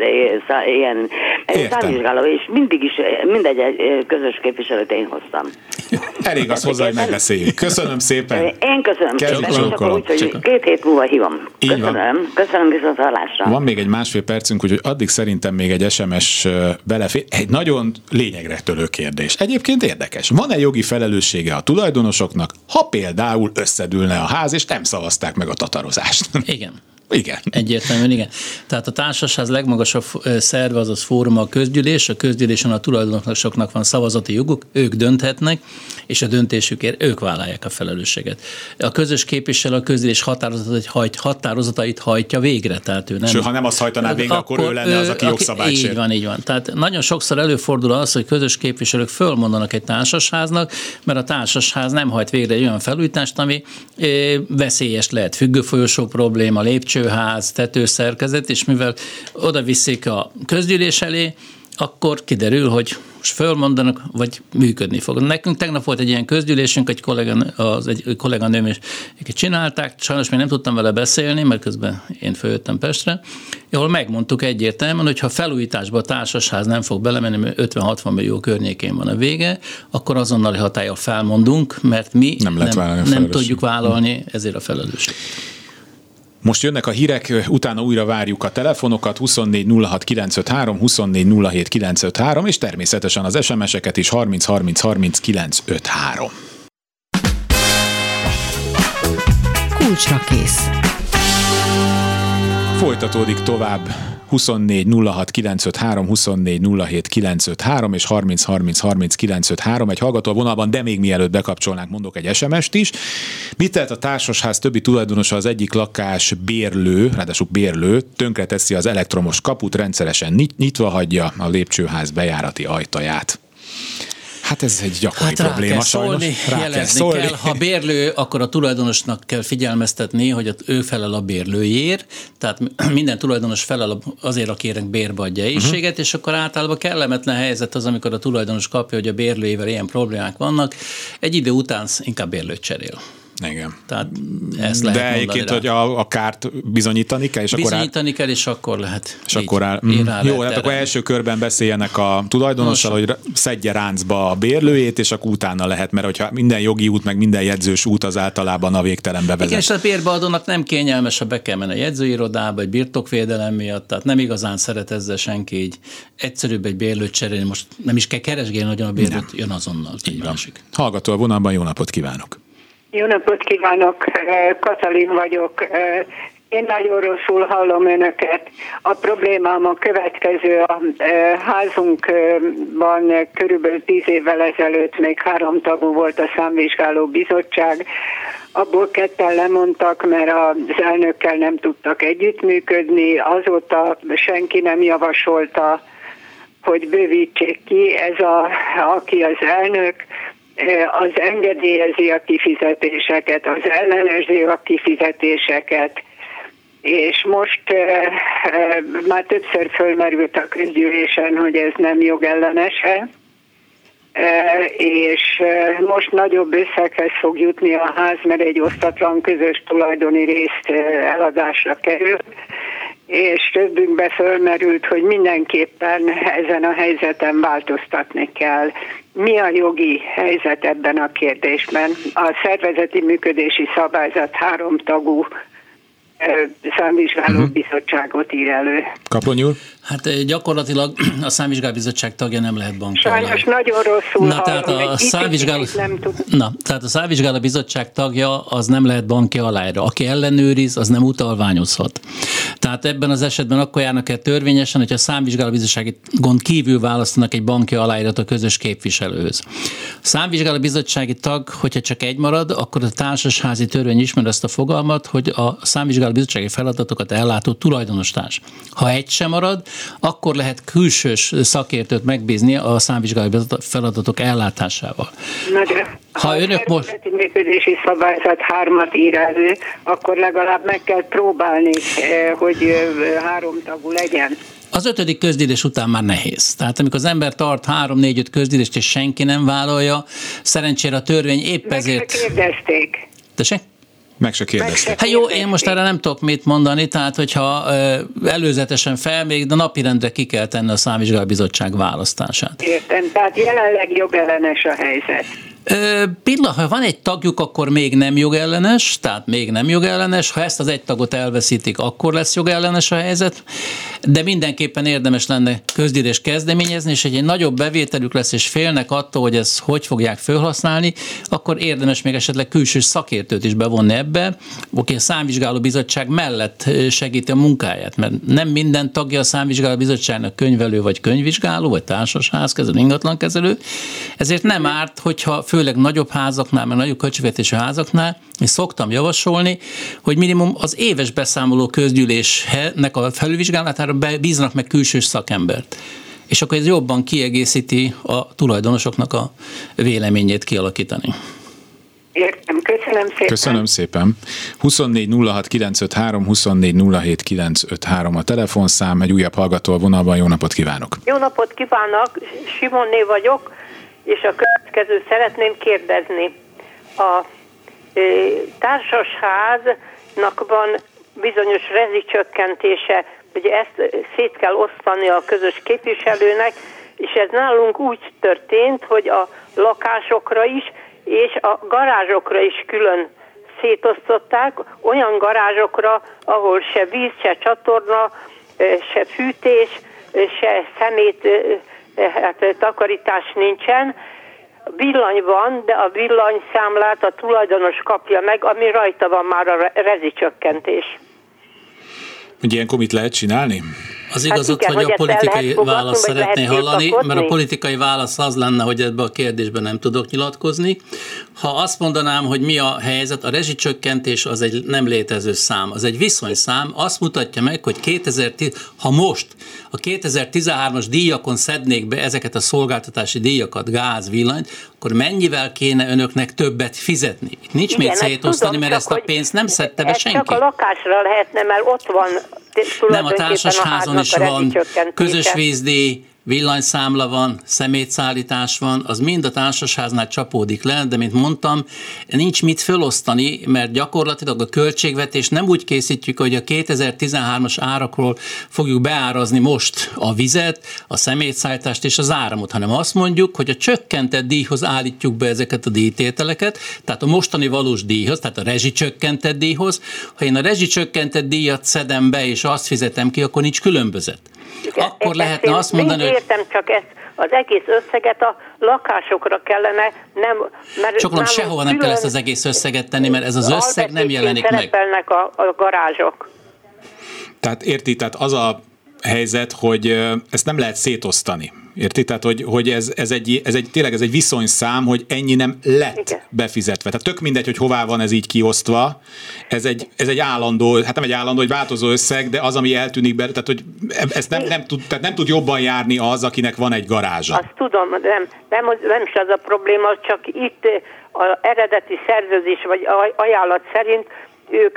Ilyen számvizsgáló, és mindig is mindegy közös képviselőt én hoztam.
Elég az hozzá, hogy megbeszéljük. Köszönöm szépen.
Én köszönöm szépen, és akkor úgy, hogy 2 hét múlva hívom. Köszönöm viszont hallásra.
Van még egy 1,5 percünk, úgyhogy addig szerintem még egy SMS belefér. Egy nagyon lényegre törő kérdés. Egyébként érdekes. Van-e jogi felelőssége a tulajdonosoknak, ha például összedülne a ház, és nem szavazták meg a tatarozást?
Igen.
Igen.
Egyértelműen igen. Tehát a társasház legmagasabb szerve, azaz fóruma a közgyűlés, a közgyűlésen a tulajdonosoknak van szavazati joguk, ők dönthetnek, és a döntésükért ők vállalják a felelősséget. A közös képviselő a közgyűlés határozatait hajtja végre, tehát ő nem...
És ha nem azt hajtaná végre, akkor ő lenne az, aki jogszabályt sért.
Így van. Tehát nagyon sokszor előfordul az, hogy közös képviselők fölmondanak egy társasháznak, mert a társasház nem hajt végre egy olyan felújítást, ami veszélyes lehet. Függőfolyosó probléma, lépcsőház, tetőszerkezet, és mivel oda viszik a közgyűlés elé, akkor kiderül, hogy most fölmondanak, vagy működni fog. Nekünk tegnap volt egy ilyen közgyűlésünk, egy kolléganőm is csinálták, sajnos még nem tudtam vele beszélni, mert közben én följöttem Pestre, ahol megmondtuk egyértelműen, hogy ha felújításba a társasház nem fog belemenni, mert 50-60 millió környékén van a vége, akkor azonnali hatállyal felmondunk, mert mi nem tudjuk vállalni ezért a felelősséget.
Most jönnek a hírek, utána újra várjuk a telefonokat, 24 06 953, 24 07 953, és természetesen az SMS-eket is 30 30 30 953.
Kulcsra kész.
Folytatódik tovább 24 06 953, 24 07 953 és 30 30 30 953. Egy hallgató a vonalban, de még mielőtt bekapcsolnánk, mondok egy SMS-t is. Mit tehet a társasház többi tulajdonosa? Az egyik lakás bérlő, ráadásul bérlő, tönkreteszi az elektromos kaput, rendszeresen nyitva hagyja a lépcsőház bejárati ajtaját. Hát ez egy gyakori probléma sajnos.
Jelezni kell. Ha bérlő, akkor a tulajdonosnak kell figyelmeztetni, hogy ő felel a bérlőjéért, tehát minden tulajdonos felel azért, akinek bérbe adja éhséget, és akkor általában kellemetlen helyzet az, amikor a tulajdonos kapja, hogy a bérlőjével ilyen problémák vannak, egy idő után inkább bérlőt cserél.
Igen.
Tehát ezt lehet
de egyébként, hogy a kárt bizonyítani kell, és
bizonyítani kell, és akkor lehet.
És akkor jó, hát akkor első körben beszéljenek a tulajdonossal, hogy szedje ráncba a bérlőjét, és akkor utána lehet, mert hogyha minden jogi út, meg minden jegyzős út az általában a végtelenbe vezet.
Igen, és a bérbeadónak nem kényelmes, ha be kell menni a jegyzőirodába, egy birtokvédelem miatt, tehát nem igazán szeret ezzel senki, így egyszerűbb egy bérlőt cserélni, most nem is kell keresgélni nagyon a bérlőt, jön azonnal.
Hallgató a vonalban, jó napot kívánok!
Jó napot kívánok, Katalin vagyok. Én nagyon rosszul hallom önöket. A problémám a következő. A házunkban körülbelül 10 évvel ezelőtt még 3 tagú volt a számvizsgáló bizottság. Abból 2 lemondtak, mert az elnökkel nem tudtak együttműködni. Azóta senki nem javasolta, hogy bővítsék ki. Aki az elnök, az engedélyezi a kifizetéseket, az ellenőrzi a kifizetéseket, és most már többször fölmerült a közgyűlésen, hogy ez nem jogellenes-e, és most nagyobb összeghez fog jutni a ház, mert egy osztatlan közös tulajdoni részt eladásra kerül, és többünkbe fölmerült, hogy mindenképpen ezen a helyzeten változtatni kell. Mi a jogi helyzet ebben a kérdésben? A szervezeti működési szabályzat 3 tagú számvizsgáló bizottságot ír elő.
Kaplony úr?
Hát gyakorlatilag a számvizsgálóbizottság tagja nem lehet banki alá.
Sajnos nagyon rosszul
tehát a számvizsgálóbizottság tagja az nem lehet banki aláíró. Aki ellenőriz, az nem utalványozhat. Tehát ebben az esetben akkor járnak el törvényesen, hogyha a számvizsgálóbizottsági gond kívül választanak egy banki aláírat a közös képviselőhöz. A számvizsgálóbizottsági tag, hogyha csak egy marad, akkor a társasházi törvény ismer ezt a fogalmat, hogy a számvizsgálóbizottsági feladatokat ellátó tulajdonostárs. Ha egy sem marad, akkor lehet külsős szakértőt megbízni a számvizsgálói feladatok ellátásával.
Ha önök most működési szabályzat 3-at ír elő, akkor legalább meg kell próbálni, hogy 3 tagú legyen.
Az 5. közgyűlés után már nehéz. Tehát amikor az ember tart 3-4-5 közgyűlést, és senki nem vállalja, szerencsére a törvény épp ezért...
Megkérdezték.
Tessék?
Meg se kérdezték.
Hát jó, én most erre nem tudok mit mondani, tehát hogyha előzetesen felmég, de napirendre ki kell tenni a számvizsgálóbizottság választását.
Értem, tehát jelenleg jogellenes a helyzet.
Ha van egy tagjuk, akkor még nem jogellenes, tehát még nem jogellenes. Ha ezt az egy tagot elveszítik, akkor lesz jogellenes a helyzet, de mindenképpen érdemes lenne közgyűlést kezdeményezni, és egy nagyobb bevételük lesz, és félnek attól, hogy ezt hogy fogják felhasználni, akkor érdemes még esetleg külső szakértőt is bevonni ebbe, aki a számvizsgálóbizottság mellett segíti a munkáját, mert nem minden tagja a számvizsgálóbizottságnak könyvelő, vagy könyvvizsgáló, vagy társasházkezelő, ingatlankezelő, ezért nem árt, hogyha főleg nagyobb házaknál, meg nagyobb költségvetésű házaknál, és szoktam javasolni, hogy minimum az éves beszámoló közgyűlésnek a felülvizsgálatára bíznak meg külsős szakembert. És akkor ez jobban kiegészíti a tulajdonosoknak a véleményét kialakítani.
Értem, köszönöm szépen.
Köszönöm szépen. 24 06 953, 24 07 953 a telefonszám, egy újabb hallgató a vonalban, jó napot kívánok.
Jó napot kívánok, Simonné vagyok, és a következő szeretném kérdezni. A társasháznak van bizonyos rezsicsökkentése, hogy ezt szét kell osztani a közös képviselőnek, és ez nálunk úgy történt, hogy a lakásokra is, és a garázsokra is külön szétosztották, olyan garázsokra, ahol se víz, se csatorna, se fűtés, se szemét, takarítás nincsen. Villany van, de a villanyszámlát a tulajdonos kapja meg, ami rajta van már a rezsicsökkentés.
Hogy ilyenkor mit lehet csinálni?
Az igazat,
igen,
hogy a politikai választ szeretné hallani,
tiltakozni?
mert a politikai válasz az lenne, hogy ebbe a kérdésben nem tudok nyilatkozni. Ha azt mondanám, hogy mi a helyzet, a rezsicsökkentés az egy nem létező szám, az egy viszonyszám, azt mutatja meg, hogy ha most a 2013-as díjakon szednék be ezeket a szolgáltatási díjakat, gáz, villanyt, akkor mennyivel kéne önöknek többet fizetni? Itt nincs még szétosztani, mert ezt a pénzt nem szedte be senki.
Csak a lakásra lehetne, mert ott van
nem, a társasházon is van közös vízdíj, villanyszámla van, szemétszállítás van, az mind a társasháznál csapódik le, de mint mondtam, nincs mit fölosztani, mert gyakorlatilag a költségvetést nem úgy készítjük, hogy a 2013-as árakról fogjuk beárazni most a vizet, a szemétszállítást és az áramot, hanem azt mondjuk, hogy a csökkentett díjhoz állítjuk be ezeket a díjtételeket, tehát a mostani valós díjhoz, tehát a rezsicsökkentett díjhoz. Ha én a rezsicsökkentett díjat szedem be és azt fizetem ki, akkor nincs különbözet.
Igen,
akkor lehetne azt mondani, hogy...
Értem, csak ezt az egész összeget a lakásokra kellene, nem... Mert
Csokolom, sehova nem kell ezt az egész összeget tenni, mert ez az összeg nem jelenik meg.
Szerepelnek a garázsok.
Tehát érti, tehát az a helyzet, hogy ezt nem lehet szétosztani. Érti? Tehát, hogy tényleg ez egy viszonyszám, hogy ennyi nem lett befizetve. Tehát tök mindegy, hogy hová van ez így kiosztva. Ez egy állandó, hát nem egy állandó, egy változó összeg, de az, ami eltűnik belőle, tehát hogy ezt nem tud jobban járni az, akinek van egy garázsa.
Azt tudom, nem is az a probléma, csak itt az eredeti szerződés vagy ajánlat szerint ők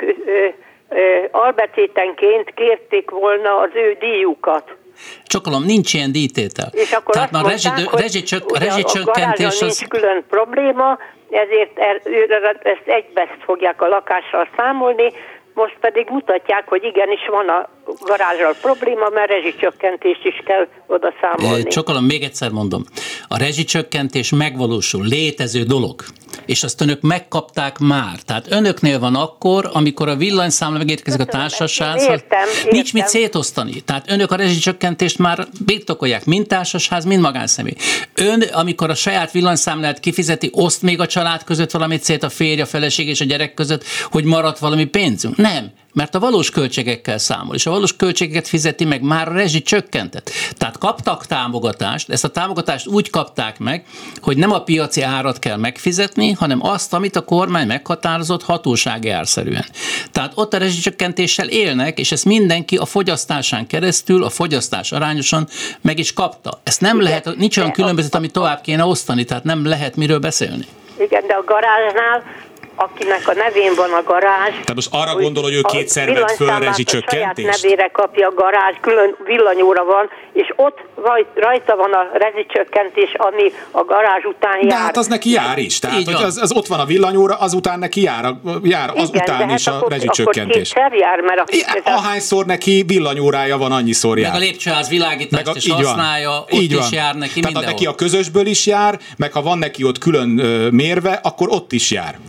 albetétenként kérték volna az ő díjukat.
Csokolom, nincs ilyen díjtétel.
És akkor tehát azt mondták, hogy a garázson nincs külön probléma, ezért ezt egybe fogják a lakással számolni, most pedig mutatják, hogy igenis van a garázsal probléma, mert rezsicsökkentést is kell oda számolni.
Csokolom, még egyszer mondom. A rezsicsökkentés megvalósul, létező dolog. És azt önök megkapták már. Tehát önöknél van akkor, amikor a villanyszámla megérkezik a társasházhoz, nincs mit szétosztani. Tehát önök a rezsicsökkentést már birtokolják, mind társasház, mind magánszemély. Ön, amikor a saját villanyszámlát kifizeti, oszt még a család között valamit szét, a férj, a feleség és a gyerek között, hogy maradt valami pénzünk? Nem. Mert a valós költségekkel számol, és a valós költségeket fizeti meg már a rezsi csökkentett. Tehát kaptak támogatást, ezt a támogatást úgy kapták meg, hogy nem a piaci árat kell megfizetni, hanem azt, amit a kormány meghatározott hatósági árszerűen. Tehát ott a rezsicsökkentéssel élnek, és ezt mindenki a fogyasztásán keresztül, a fogyasztás arányosan meg is kapta. Ezt nem lehet, nincs olyan különbözet, amit tovább kéne osztani, tehát nem lehet miről beszélni.
Igen, de a garázsnál, akinek a nevén van a garázs.
Tehát most arra gondol, hogy ő kétszer vett föl rezsicsökkentést?
Saját nevére kapja a garázs, külön villanyóra van, és ott rajta van a rezsicsökkentés, ami a garázs után jár.
De hát az neki jár is. Tehát, hogy az ott van a villanyóra, azután neki jár az igen, után is a rezsicsökkentés.
Akkor kétszer jár, mert
ahányszor neki villanyórája van, annyiszor jár.
Meg a lépcsőház világítást is használja, ott is jár neki mindenhol.
Tehát neki a közösből is jár, meg ha van neki ott külön mérve, akkor ott is jár.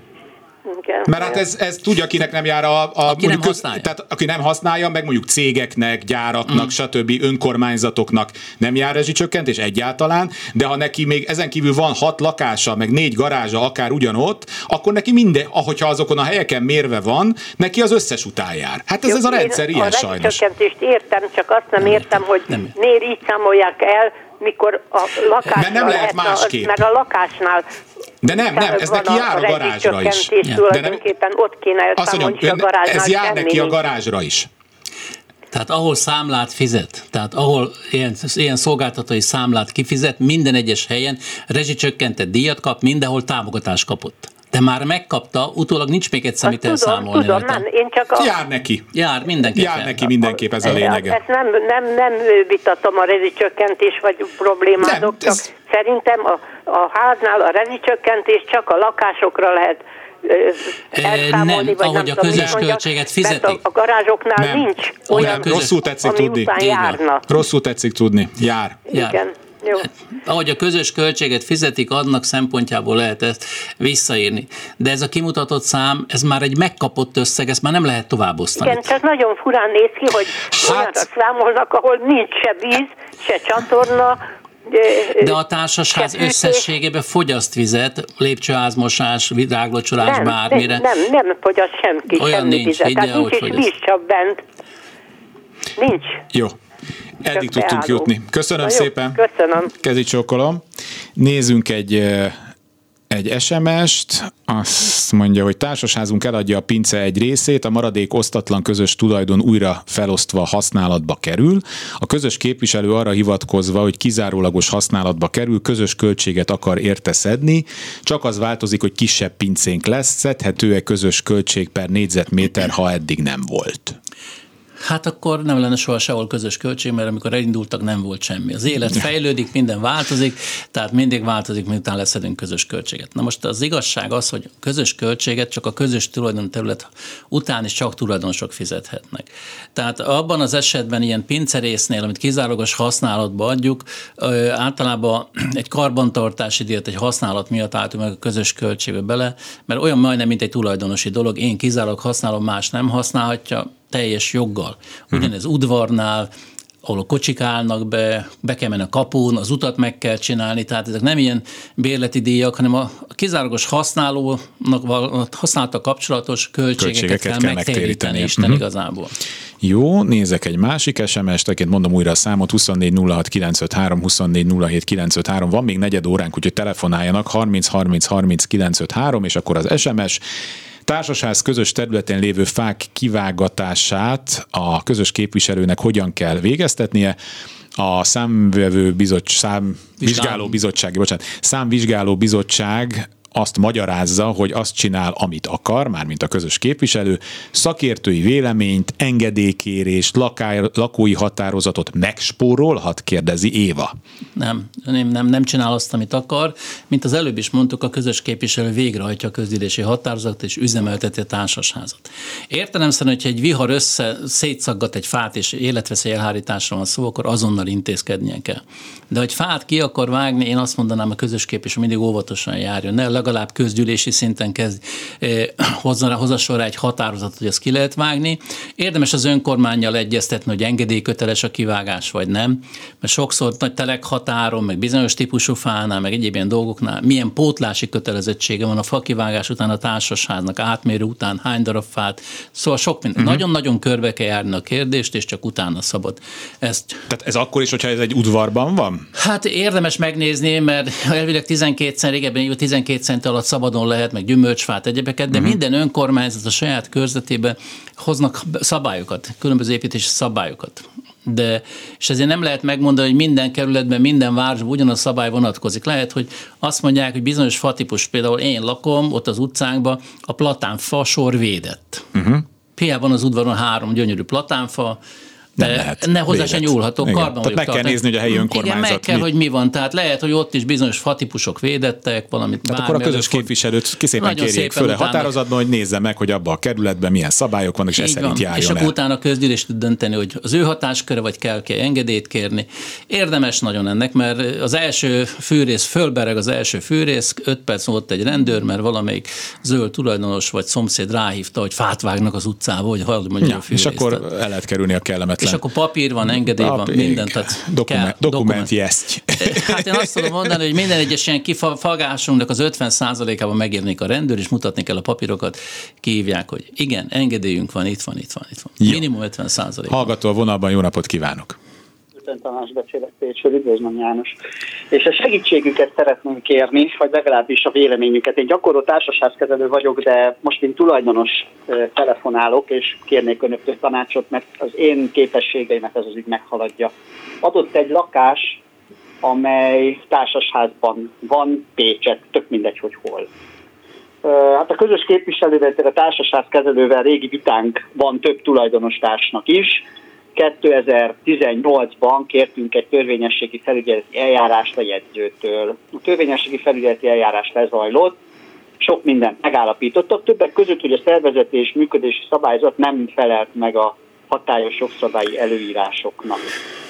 Mert hát ez tudja, akinek nem jár
aki nem használja.
Tehát aki nem használja, meg mondjuk cégeknek, gyáraknak, stb. Önkormányzatoknak nem jár rezsicsökkentés egyáltalán, de ha neki még ezen kívül van 6 lakása, meg 4 garázsa akár ugyanott, akkor neki minden, ahogyha azokon a helyeken mérve van, neki az összes után jár. Hát ez a rendszer ilyen sajnos.
A rezsicsökkentést értem, csak azt nem értem, hogy miért így számolják el, mikor a lakásnál
mert nem lehet másképp.
Mert a lakásnál
de nem, ez neki jár a garázsra is.
Tulajdonképpen ott kéne elszámolni, a garázsnál
ez jár neki a garázsra is.
Tehát ahol számlát fizet, tehát ahol ilyen szolgáltatói számlát kifizet, minden egyes helyen rezsicsökkentett díjat kap, mindenhol támogatást kapott. De már megkapta, utólag nincs még egyszer mit elszámolni.
Tudom, én csak
jár neki.
Jár mindenképp.
Jár neki mindenképp, ez a lényege.
Ezt nem vitatom a rezsicsökkentés vagy problémázok, csak szerintem a háznál a rezsicsökkentés csak a lakásokra lehet elszámolni,
nem,
vagy
ahogy
nem
a közös költséget fizetik.
Mert a garázsoknál nincs olyan,
rosszul tetszik
ami
tudni.
után járna.
Rosszul tetszik tudni. Jár.
Igen. Jó.
Ahogy a közös költséget fizetik, annak szempontjából lehet ezt visszaírni. De ez a kimutatott szám, ez már egy megkapott összeg, ezt már nem lehet tovább osztani.
Igen, csak nagyon furán néz ki, hogy olyanra számolnak, ahol nincs se víz, se csatorna.
De a társasház összességében fogyaszt vizet, lépcsőházmosás, viráglocsolás, bármire.
Nem fogyaszt semmi vizet. Tehát nincs is víz csak bent. Nincs.
Jó. Eddig tudtunk jutni. Köszönöm szépen.
Köszönöm.
Kezi csókolom. Nézzünk egy SMS-t, azt mondja, hogy társasházunk eladja a pince egy részét, a maradék osztatlan közös tulajdon újra felosztva használatba kerül. A közös képviselő arra hivatkozva, hogy kizárólagos használatba kerül, közös költséget akar érte szedni, csak az változik, hogy kisebb pincénk lesz, szedhető-e közös költség per négyzetméter, ha eddig nem volt?
Hát akkor nem lenne soha sehol közös költség, mert amikor elindultak, nem volt semmi. Az élet fejlődik, minden változik, tehát mindig változik, miután leszedünk közös költséget. Na most az igazság az, hogy közös költséget csak a közös tulajdonterület után is csak tulajdonosok fizethetnek. Tehát abban az esetben ilyen pincerésznél, amit kizárólagos használatba adjuk, általában egy karbantartási díjat, egy használat miatt álltunk meg a közös költségbe bele, mert olyan majdnem, mint egy tulajdonosi dolog, én kizárólag használom, más nem használhatja, teljes joggal. Ugyanez udvarnál, ahol a kocsik állnak be kell menni a kapun, az utat meg kell csinálni, tehát ezek nem ilyen bérleti díjak, hanem a kizárólagos használata kapcsolatos költségeket kell megtéríteni Isten igazából.
Jó, nézek egy másik SMS-t, egyébként mondom újra a számot, 24 06 953, 24 07 953, van még negyed óránk, úgyhogy telefonáljanak, 30 30 30 953, és akkor az SMS. Társasház közös területen lévő fák kivágatását a közös képviselőnek hogyan kell végeztetnie? A számvizsgáló bizottság azt magyarázza, hogy azt csinál, amit akar, mármint a közös képviselő, szakértői véleményt, engedélykérést, lakói határozatot megspórolhat, kérdezi Éva.
Nem csinál azt, amit akar. Mint az előbb is mondtuk, a közös képviselő végrehajtja a közgyűlési határozatot és üzemelteti a társasházat. Értelemszerűen, hogyha egy vihar szétszaggat egy fát és életveszély elhárításra van szó, akkor azonnal intézkednie kell. De hogy fát ki akar vágni, én azt mondanám, a közös képviselő mindig óvatosan járjon. Ne legalább közgyűlési szinten hozza sorra egy határozatot, hogy ezt ki lehet vágni. Érdemes az önkormánnyal egyeztetni, hogy engedélyköteles a kivágás, vagy nem. Mert sokszor nagy telekhatáron, meg bizonyos típusú fánál, meg egyéb ilyen dolgoknál milyen pótlási kötelezettsége van a fakivágás után a társasháznak, átmérő után, hány darab fát. Szóval sok minden. Nagyon-nagyon körbe kell járni a kérdést, és csak utána szabad ezt.
Tehát ez akkor is, hogyha ez egy udvarban van?
Hát érdemes megnézni, mert elvileg 12 cent alatt szabadon lehet, meg gyümölcsfát, egyebeket, de minden önkormányzat a saját körzetében hoznak szabályokat, különböző építési szabályokat. És ezért nem lehet megmondani, hogy minden kerületben, minden városban ugyanaz a szabály vonatkozik. Lehet, hogy azt mondják, hogy bizonyos fatípus, például én lakom ott az utcánkban, a platánfa sor védett. Hiába van az udvaron 3 gyönyörű platánfa, de hozzá se nyúlhatok, karban vagyok.
Meg kell nézni, hogy a helyi önkormányzat.
Igen, meg kell, hogy mi van. Tehát lehet, hogy ott is bizonyos fatípusok védettek, valamit.
Tehát akkor a közös képviselőt szépen kérjék föl a határozatban, hogy nézze meg, hogy abban a kerületben milyen szabályok vannak, és ez szerint járjon el.
És akkor utána a közgyűlés tud dönteni, hogy az ő hatásköre, vagy kell engedélyt kérni. Érdemes nagyon ennek, mert az első fűrész, fölbereg az első fűrész, 5 perc volt egy rendőr, mert valamelyik zöld tulajdonos vagy szomszéd ráhívta, hogy fát vágnak az utcába, hogy mondja a fűrészt.
És akkor el lehet kerülni a kellemetlen.
És akkor papír van, engedély van, minden.
Dokument jest.
Hát én azt tudom mondani, hogy minden egyes ilyen kifagásunknak az 50%-ában megjelenik a rendőr, és mutatni kell a papírokat, kihívják, hogy igen, engedélyünk van, itt van. Minimum 50%.
Hallgató a vonalban, jó napot kívánok!
Tamás beszélek Pécsről, üdvözlöm János. És a segítségüket szeretném kérni, vagy legalábbis a véleményüket. Én gyakorló társasházkezelő vagyok, de most mint tulajdonos telefonálok, és kérnék önöktől tanácsot, mert az én képességeimet ez az ügy meghaladja. Adott egy lakás, amely társasházban van, Pécset, tök mindegy, hogy hol. Hát a közös képviselővel, a társasházkezelővel régi vitánk van több tulajdonostársnak is. 2018-ban kértünk egy törvényességi felügyeleti eljárást a jegyzőtől. A törvényességi felügyeleti eljárás lezajlott, sok mindent megállapítottak, többek között, hogy a szervezeti és működési szabályzat nem felelt meg a hatályos jogszabályi előírásoknak.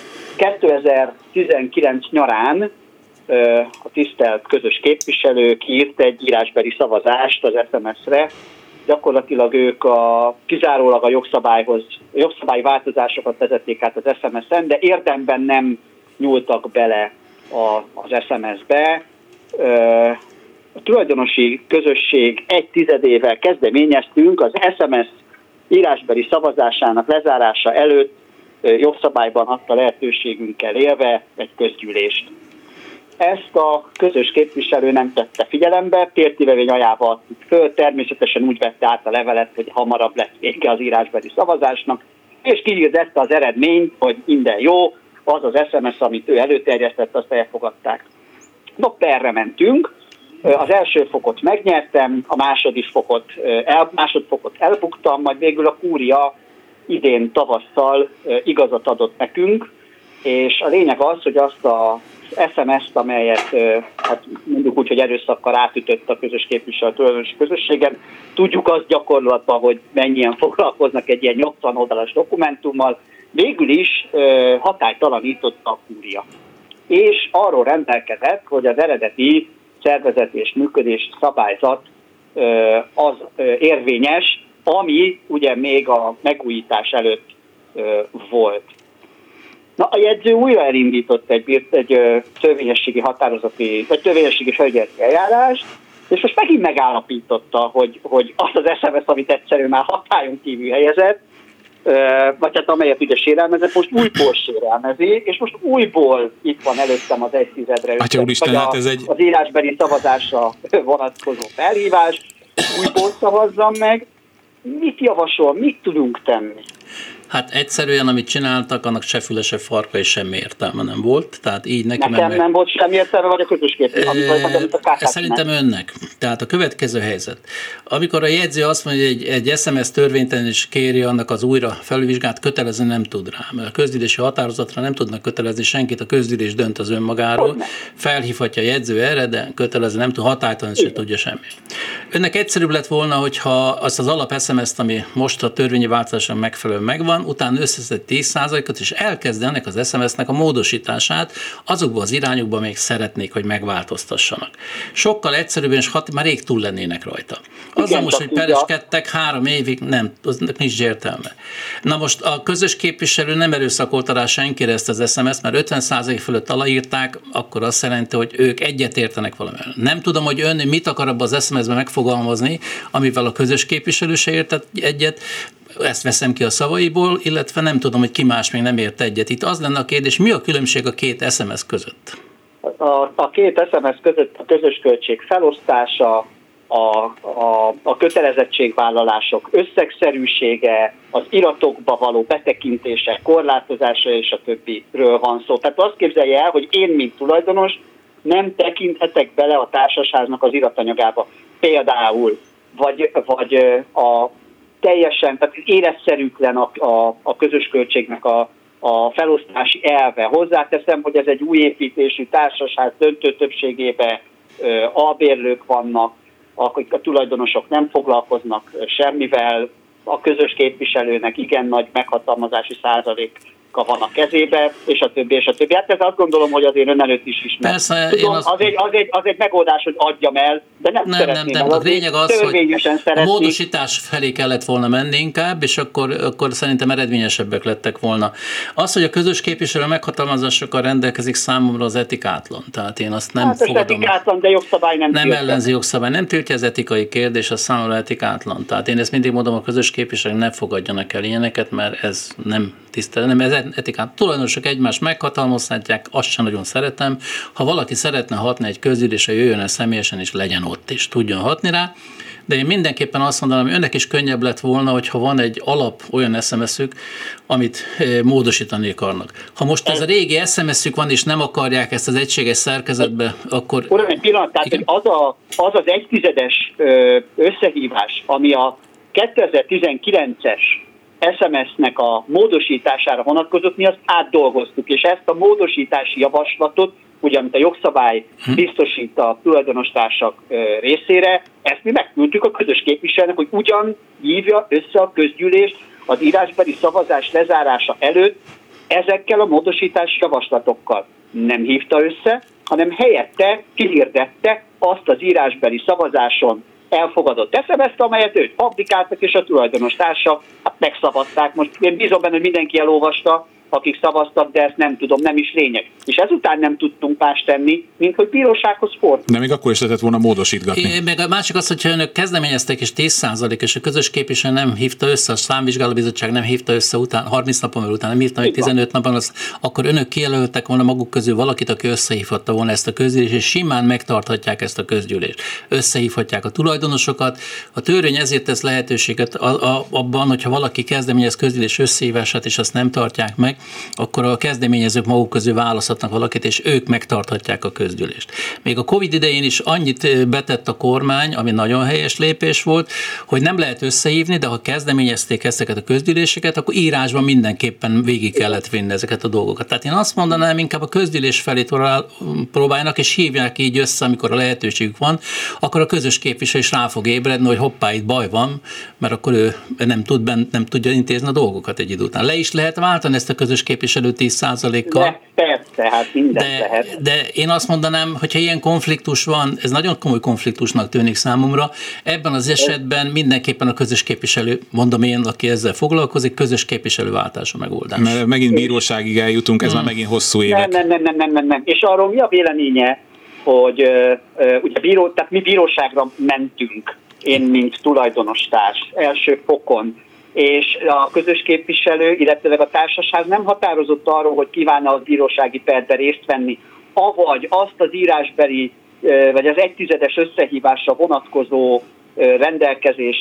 2019 nyarán a tisztelt közös képviselők írt egy írásbeli szavazást az SMS-re. Gyakorlatilag ők kizárólag a jogszabályi változásokat vezették át az SMS-en, de érdemben nem nyúltak bele az SMS-be. A tulajdonosi közösség 1/10 kezdeményeztünk az SMS írásbeli szavazásának lezárása előtt jogszabályban adta lehetőségünkkel élve egy közgyűlést. Ezt a közös képviselő nem tette figyelembe, pértivevény ajánlva adtuk föl, természetesen úgy vette át a levelet, hogy hamarabb lesz vége az írásbeli szavazásnak, és kihirdette az eredményt, hogy minden jó, az az SMS, amit ő előterjesztett, azt elfogadták. No, perre mentünk, az első fokot megnyertem, a másodfokot elbuktam, majd végül a kúria idén tavasszal igazat adott nekünk, és a lényeg az, hogy azt a SMS-t, amelyet hát mondjuk úgy, hogy erőszakkal átütött a közös képviselő tulajdonosi közösségen, tudjuk azt gyakorlatban, hogy mennyien foglalkoznak egy ilyen 80 oldalas dokumentummal, végül is hatálytalanította a kúria. És arról rendelkezett, hogy az eredeti szervezet és működés szabályzat az érvényes, ami ugye még a megújítás előtt volt. Na, a jegyző újra elindított egy törvényességi határozati, vagy törvényességi felügyeleti eljárást, és most megint megállapította, hogy az az SMS, amit egyszerűen már hatályon kívül helyezett, vagy hát amelyet ugye sérelmezett, most újból sérelmezi, és most újból itt van előttem az 1/10-re az írásbeli szavazásra vonatkozó felhívás, újból szavazzam meg. Mit javasol, mit tudunk tenni?
Hát egyszerűen, amit csináltak, annak se füle, se farka és semmi értelme nem volt. Tehát így
nekem nem volt semmi értelme, vagy a közös
Szerintem önnek. Tehát a következő helyzet. Amikor a jegyző azt mondja, hogy egy SMS törvénytelen is kéri annak az újra felülvizsgálat, kötelező nem tud rá. Mert a közgyűlési határozatra nem tudnak kötelezni senkit, a közgyűlés dönt az önmagáról. Felhívhatja a jegyző erre, de kötelező nem tud, hatálytalan se tudja semmi. Önnek egyszerűbb lett volna, hogyha azt az alap SMS-t, ami most a törvényi változáson megfelelően megvan, utána összeszed 10%-ot, és elkezd ennek az SMS-nek a módosítását, azokban az irányokban még szeretnék, hogy megváltoztassanak. Sokkal egyszerűbben, és már rég túl lennének rajta. Azzal most, hogy pereskedtek 3 évig, nem, aznak nincs értelme. Na most a közös képviselő nem erőszakolta rá senkire ezt az SMS-t, mert 50% fölött aláírták, akkor azt jelenti, hogy ők egyetértenek valamivel. Nem tudom, hogy ön mit akar abban az SMS-ben megfogalmazni, amivel a közös képviselő se értett egyet, ezt veszem ki a szavaiból, illetve nem tudom, hogy ki más még nem ért egyet. Itt az lenne a kérdés, mi a különbség a két SMS között?
A két SMS között a közös költség felosztása, a kötelezettségvállalások összegszerűsége, az iratokba való betekintése, korlátozása és a többiről van szó. Tehát azt képzelje el, hogy én, mint tulajdonos, nem tekinthetek bele a társasháznak az iratanyagába. Például, vagy a teljesen, tehát életszerűtlen a közös költségnek a felosztási elve. Hozzáteszem, hogy ez egy új építésű társasház döntő többségében albérlők vannak, akik a tulajdonosok nem foglalkoznak semmivel, a közös képviselőnek igen nagy meghatalmazási százaléka van a kezébe, és a többi, és a többi. Hát ez azt gondolom, hogy azért ön előtt is ismer.
Persze,
tudom, az egy megoldás, hogy adjam el, de nem szeretném.
Nem. A lényeg az, hogy a módosítás felé kellett volna menni inkább, és akkor szerintem eredményesebbek lettek volna. Az, hogy a közös képviselő meghatalmazásokkal rendelkezik, számomra az etikátlan. Tehát én azt nem fogadom.
Etikátlan, de jogszabály nem
tiltja. Nem ellenzi jogszabály, nem tiltja az etikai kérdés, az számomra etikátlan. Tehát én ezt mindig mondom, a közös képviselők ne fogadjanak el ilyeneket, mert ez nem tisztel, nem ez etikát. Tulajdonosok egymást meghatalmazhatják, azt sem nagyon szeretem. Ha valaki szeretne hatni egy közgyűlésre, jöjjön el személyesen, és legyen ott, és tudjon hatni rá. De én mindenképpen azt mondanám, hogy önnek is könnyebb lett volna, hogyha van egy alap olyan SMS-ük, amit módosítani akarnak. Ha most ez a régi SMS-ük van, és nem akarják ezt az egységes szerkezetbe, akkor...
Uram, egy pillanat, tehát az 1/10 összehívás, ami a 2019-es SMS-nek a módosítására vonatkozott, mi azt átdolgoztuk, és ezt a módosítási javaslatot, ugye, amit a jogszabály biztosít a tulajdonostársak részére, ezt mi megküldtük a közös képviselőnek, hogy ugyan hívja össze a közgyűlést az írásbeli szavazás lezárása előtt ezekkel a módosítási javaslatokkal. Nem hívta össze, hanem helyette kihirdette azt az írásbeli szavazáson elfogadott SMS-t, amelyet őt fabrikáltak, és a tulajdonos-társak megszavazták. Most én bízom benne, hogy mindenki elolvasta, akik szavaztak, de ezt nem tudom, nem is lényeg. És ezután nem tudtunk más tenni, mint hogy bírósághoz fordulni.
De még akkor is lehetett volna módosítgatni.
Meg a másik az, hogyha önök kezdeményeztek, és 10% és a közös képviselő nem hívta össze, a számvizsgálóbizottság nem hívta össze után, 30 napon belül után nem hívta, még 15 napon, akkor önök kijelöltek volna maguk közül valakit, aki összehívhatta volna ezt a közgyűlést, és simán megtarthatják ezt a közgyűlést. Összehívhatják a tulajdonosokat. A törvény ezért tesz lehetőséget abban, hogyha valaki kezdeményez közgyűlés összehívását, és azt nem tartják meg, akkor a kezdeményezők maguk közül választhatnak valakit, és ők megtarthatják a közgyűlést. Még a Covid idején is annyit betett a kormány, ami nagyon helyes lépés volt, hogy nem lehet összehívni, de ha kezdeményezték ezeket a közgyűléseket, akkor írásban mindenképpen végig kellett vinni ezeket a dolgokat. Tehát én azt mondanám, inkább a közgyűlés felé próbálnak, és hívják így össze, amikor a lehetőségük van, akkor a közös képviselő is rá fog ébredni, hogy hoppá, itt baj van, mert akkor ő nem tudja intézni a dolgokat egy idő után. Le is lehet váltani ezt a közös képviselő 10%-kal.
Persze, hát mindent lehet.
De én azt mondanám, hogyha ilyen konfliktus van, ez nagyon komoly konfliktusnak tűnik számomra, ebben az esetben mindenképpen a közös képviselő, mondom én, aki ezzel foglalkozik, közös képviselőváltás a megoldás.
Mert megint bíróságig eljutunk, ez már megint hosszú évek.
Nem. És arról mi a véleménye, hogy ugye tehát mi bíróságra mentünk, én mint tulajdonostárs első fokon, és a közös képviselő, illetve a társaság nem határozott arról, hogy kívánna a bírósági perbe részt venni, avagy azt az írásbeli, vagy az 1/10 összehívásra vonatkozó rendelkezést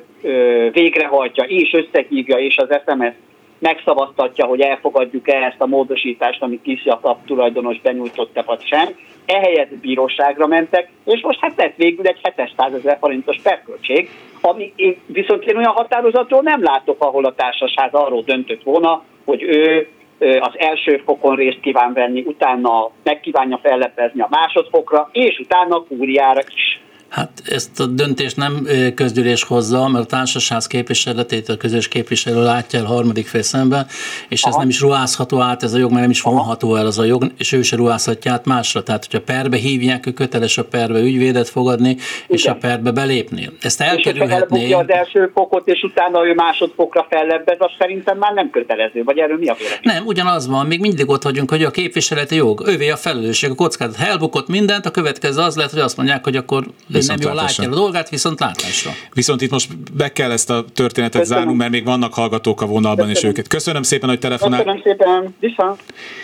végrehajtja, és összehívja, és az SMS megszavaztatja, hogy elfogadjuk-e ezt a módosítást, amit Kisziak tulajdonos benyújtotta, vagy sem. Ehelyett bíróságra mentek, és most hát lett végül egy 700 000 forintos perköltség, ami viszont én olyan határozatról nem látok, ahol a társasház arról döntött volna, hogy ő az első fokon részt kíván venni, utána megkívánja fellepezni a másodfokra, és utána a kúriára is.
Hát ezt a döntést nem közgyűlés hozza, mert a társasház képviseletét a közös képviselő látja el harmadik fél szemben, és ez nem is ruházható át ez a jog, mert nem is vonható el az a jog, és ő se ruházhatja át másra. Tehát, hogyha perbe hívják, ő köteles a perbe ügyvédet fogadni, és a perbe belépni. Ezt elkerülhetné.
És az első fokot, és utána ő másodfokra fellebbez, az szerintem már nem kötelező, vagy erről mi a vélemény?
Nem, ugyanaz van, még mindig ott vagyunk, hogy a képviseleti jog, ővé a felelősség, a kockázat. Ha elbukott mindent, a következő az lehet, hogy azt mondják, hogy akkor nem jól látja a dolgát, viszont látásra.
Viszont itt most be kell ezt a történetet zárnunk, mert még vannak hallgatók a vonalban, és őket. Köszönöm szépen, hogy telefonál.
Köszönöm szépen, viszont.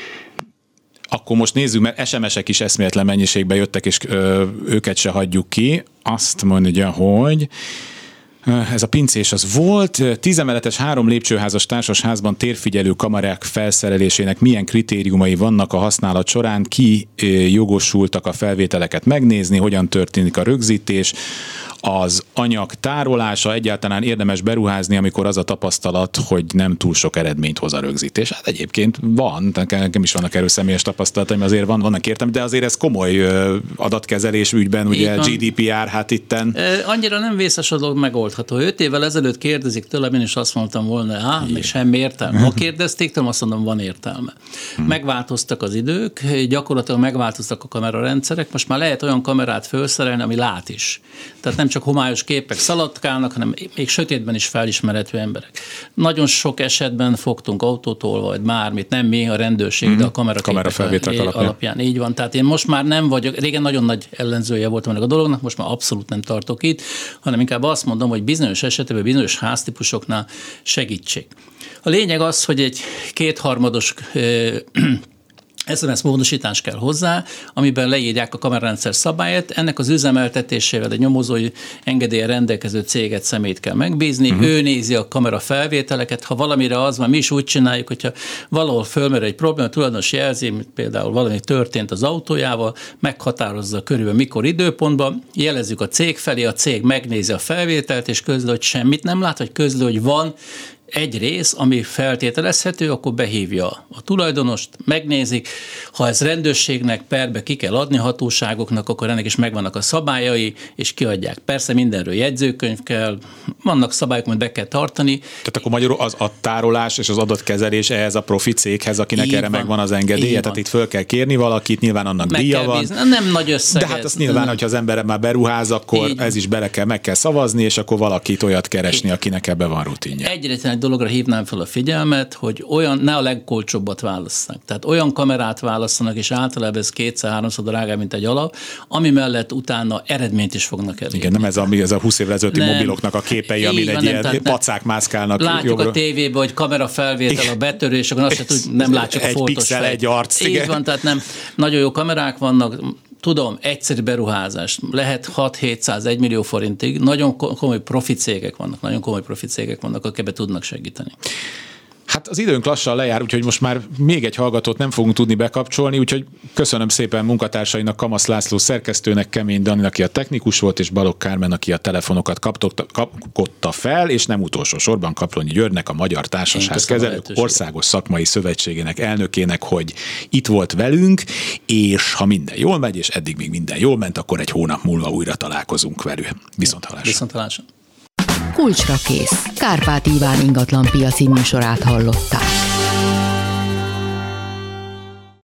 Akkor most nézzük, mert SMS-ek is eszméletlen mennyiségbe jöttek, és őket se hagyjuk ki. Azt mondja, hogy ez a pincés az volt. 10 emeletes 3 lépcsőházas társasházban térfigyelő kamerák felszerelésének milyen kritériumai vannak a használat során, ki jogosultak a felvételeket megnézni, hogyan történik a rögzítés, az anyag tárolása, egyáltalán érdemes beruházni, amikor az a tapasztalat, hogy nem túl sok eredményt hoz a rögzítés. Hát egyébként van, nekem is vannak erről személyes tapasztalataim, azért vannak értem, de azért ez komoly adatkezelés ügyben, ugye GDPR, hát itten.
Annyira nem vészes a dolog megoldható. 5 évvel ezelőtt kérdezik tőlem, én is azt mondtam volna, még semmi értelme. Ha kérdezték tőlem, azt mondom, van értelme. Megváltoztak az idők, gyakorlatilag megváltoztak a kamerarendszerek, most már lehet olyan kamerát felszerelni, ami lát is. Tehát nem csak homályos képek szaladkálnak, hanem még sötétben is felismerhető emberek. Nagyon sok esetben fogtunk autótól, vagy bármit, nem mi, a rendőrség, de a kamerafelvételek alapján. Így van. Tehát én most már nem vagyok, régen nagyon nagy ellenzője voltam ennek a dolognak, most már abszolút nem tartok itt, hanem inkább azt mondom, hogy bizonyos esetben, bizonyos háztípusoknál segítség. A lényeg az, hogy egy 2/3 SMS módosítás kell hozzá, amiben leírják a kamerarendszer szabályát. Ennek az üzemeltetésével egy nyomozói engedéllyel rendelkező céget, személyt kell megbízni. Ő nézi a kamera felvételeket. Ha valamire az van, mi is úgy csináljuk, hogyha valahol fölmerül egy probléma, tulajdonos jelzi, például valami történt az autójával, meghatározza körülbelül mikor időpontban, jelezzük a cég felé, a cég megnézi a felvételt, és közli, hogy semmit nem lát, vagy közli, hogy van egy rész, ami feltételezhető, akkor behívja a tulajdonost, megnézik. Ha ez rendőrségnek, perbe ki kell adni hatóságoknak, akkor ennek is megvannak a szabályai, és kiadják. Persze mindenről jegyzőkönyv kell, vannak szabályok, amit be kell tartani.
Tehát akkor magyarul az a tárolás és az adatkezelés ehhez a profi céghez, akinek erre megvan az engedélye, tehát itt föl kell kérni valakit, nyilván annak díja van.
Nem nagy összeget.
De hát azt nyilván, hogyha az ember már beruház, akkor ez is meg kell szavazni, és akkor valakit olyat keresni, akinek ebbe van rutinja.
Egyetlen egy dologra hívnám fel a figyelmet, hogy ne a legolcsóbbat válasszanak. Tehát olyan kamerát válasszanak, és általában ez 2-3-szor drágább, mint egy alap, ami mellett utána eredményt is fognak elérni.
Igen, nem ez a 20 évvel ezelőtti mobiloknak a képei, amin egy ilyen pacák mászkálnak.
Látjuk jobbra. A tévében, hogy kamera felvétel a betörés, akkor azt nem látjuk a fotós
pixel, egy arc.
Így van, tehát nem. Nagyon jó kamerák vannak, tudom, egyszerű beruházás, lehet 6-700-1 millió forintig, nagyon komoly profi cégek vannak, akik ebbe tudnak segíteni.
Hát az időnk lassan lejár, úgyhogy most már még egy hallgatót nem fogunk tudni bekapcsolni, úgyhogy köszönöm szépen munkatársainak, Kamasz László szerkesztőnek, Kemény Daninak, aki a technikus volt, és Balogh Kármen, aki a telefonokat kapkodta fel, és nem utolsó sorban Kaplonyi Györgynek, a Magyar Társasház Kezelők Országos Szakmai Szövetségének elnökének, hogy itt volt velünk, és ha minden jól megy, és eddig még minden jól ment, akkor egy hónap múlva újra találkozunk velük. Viszonthallásra.
Kulcsra kész. Kárpát Iván ingatlanpiaci műsorát hallották.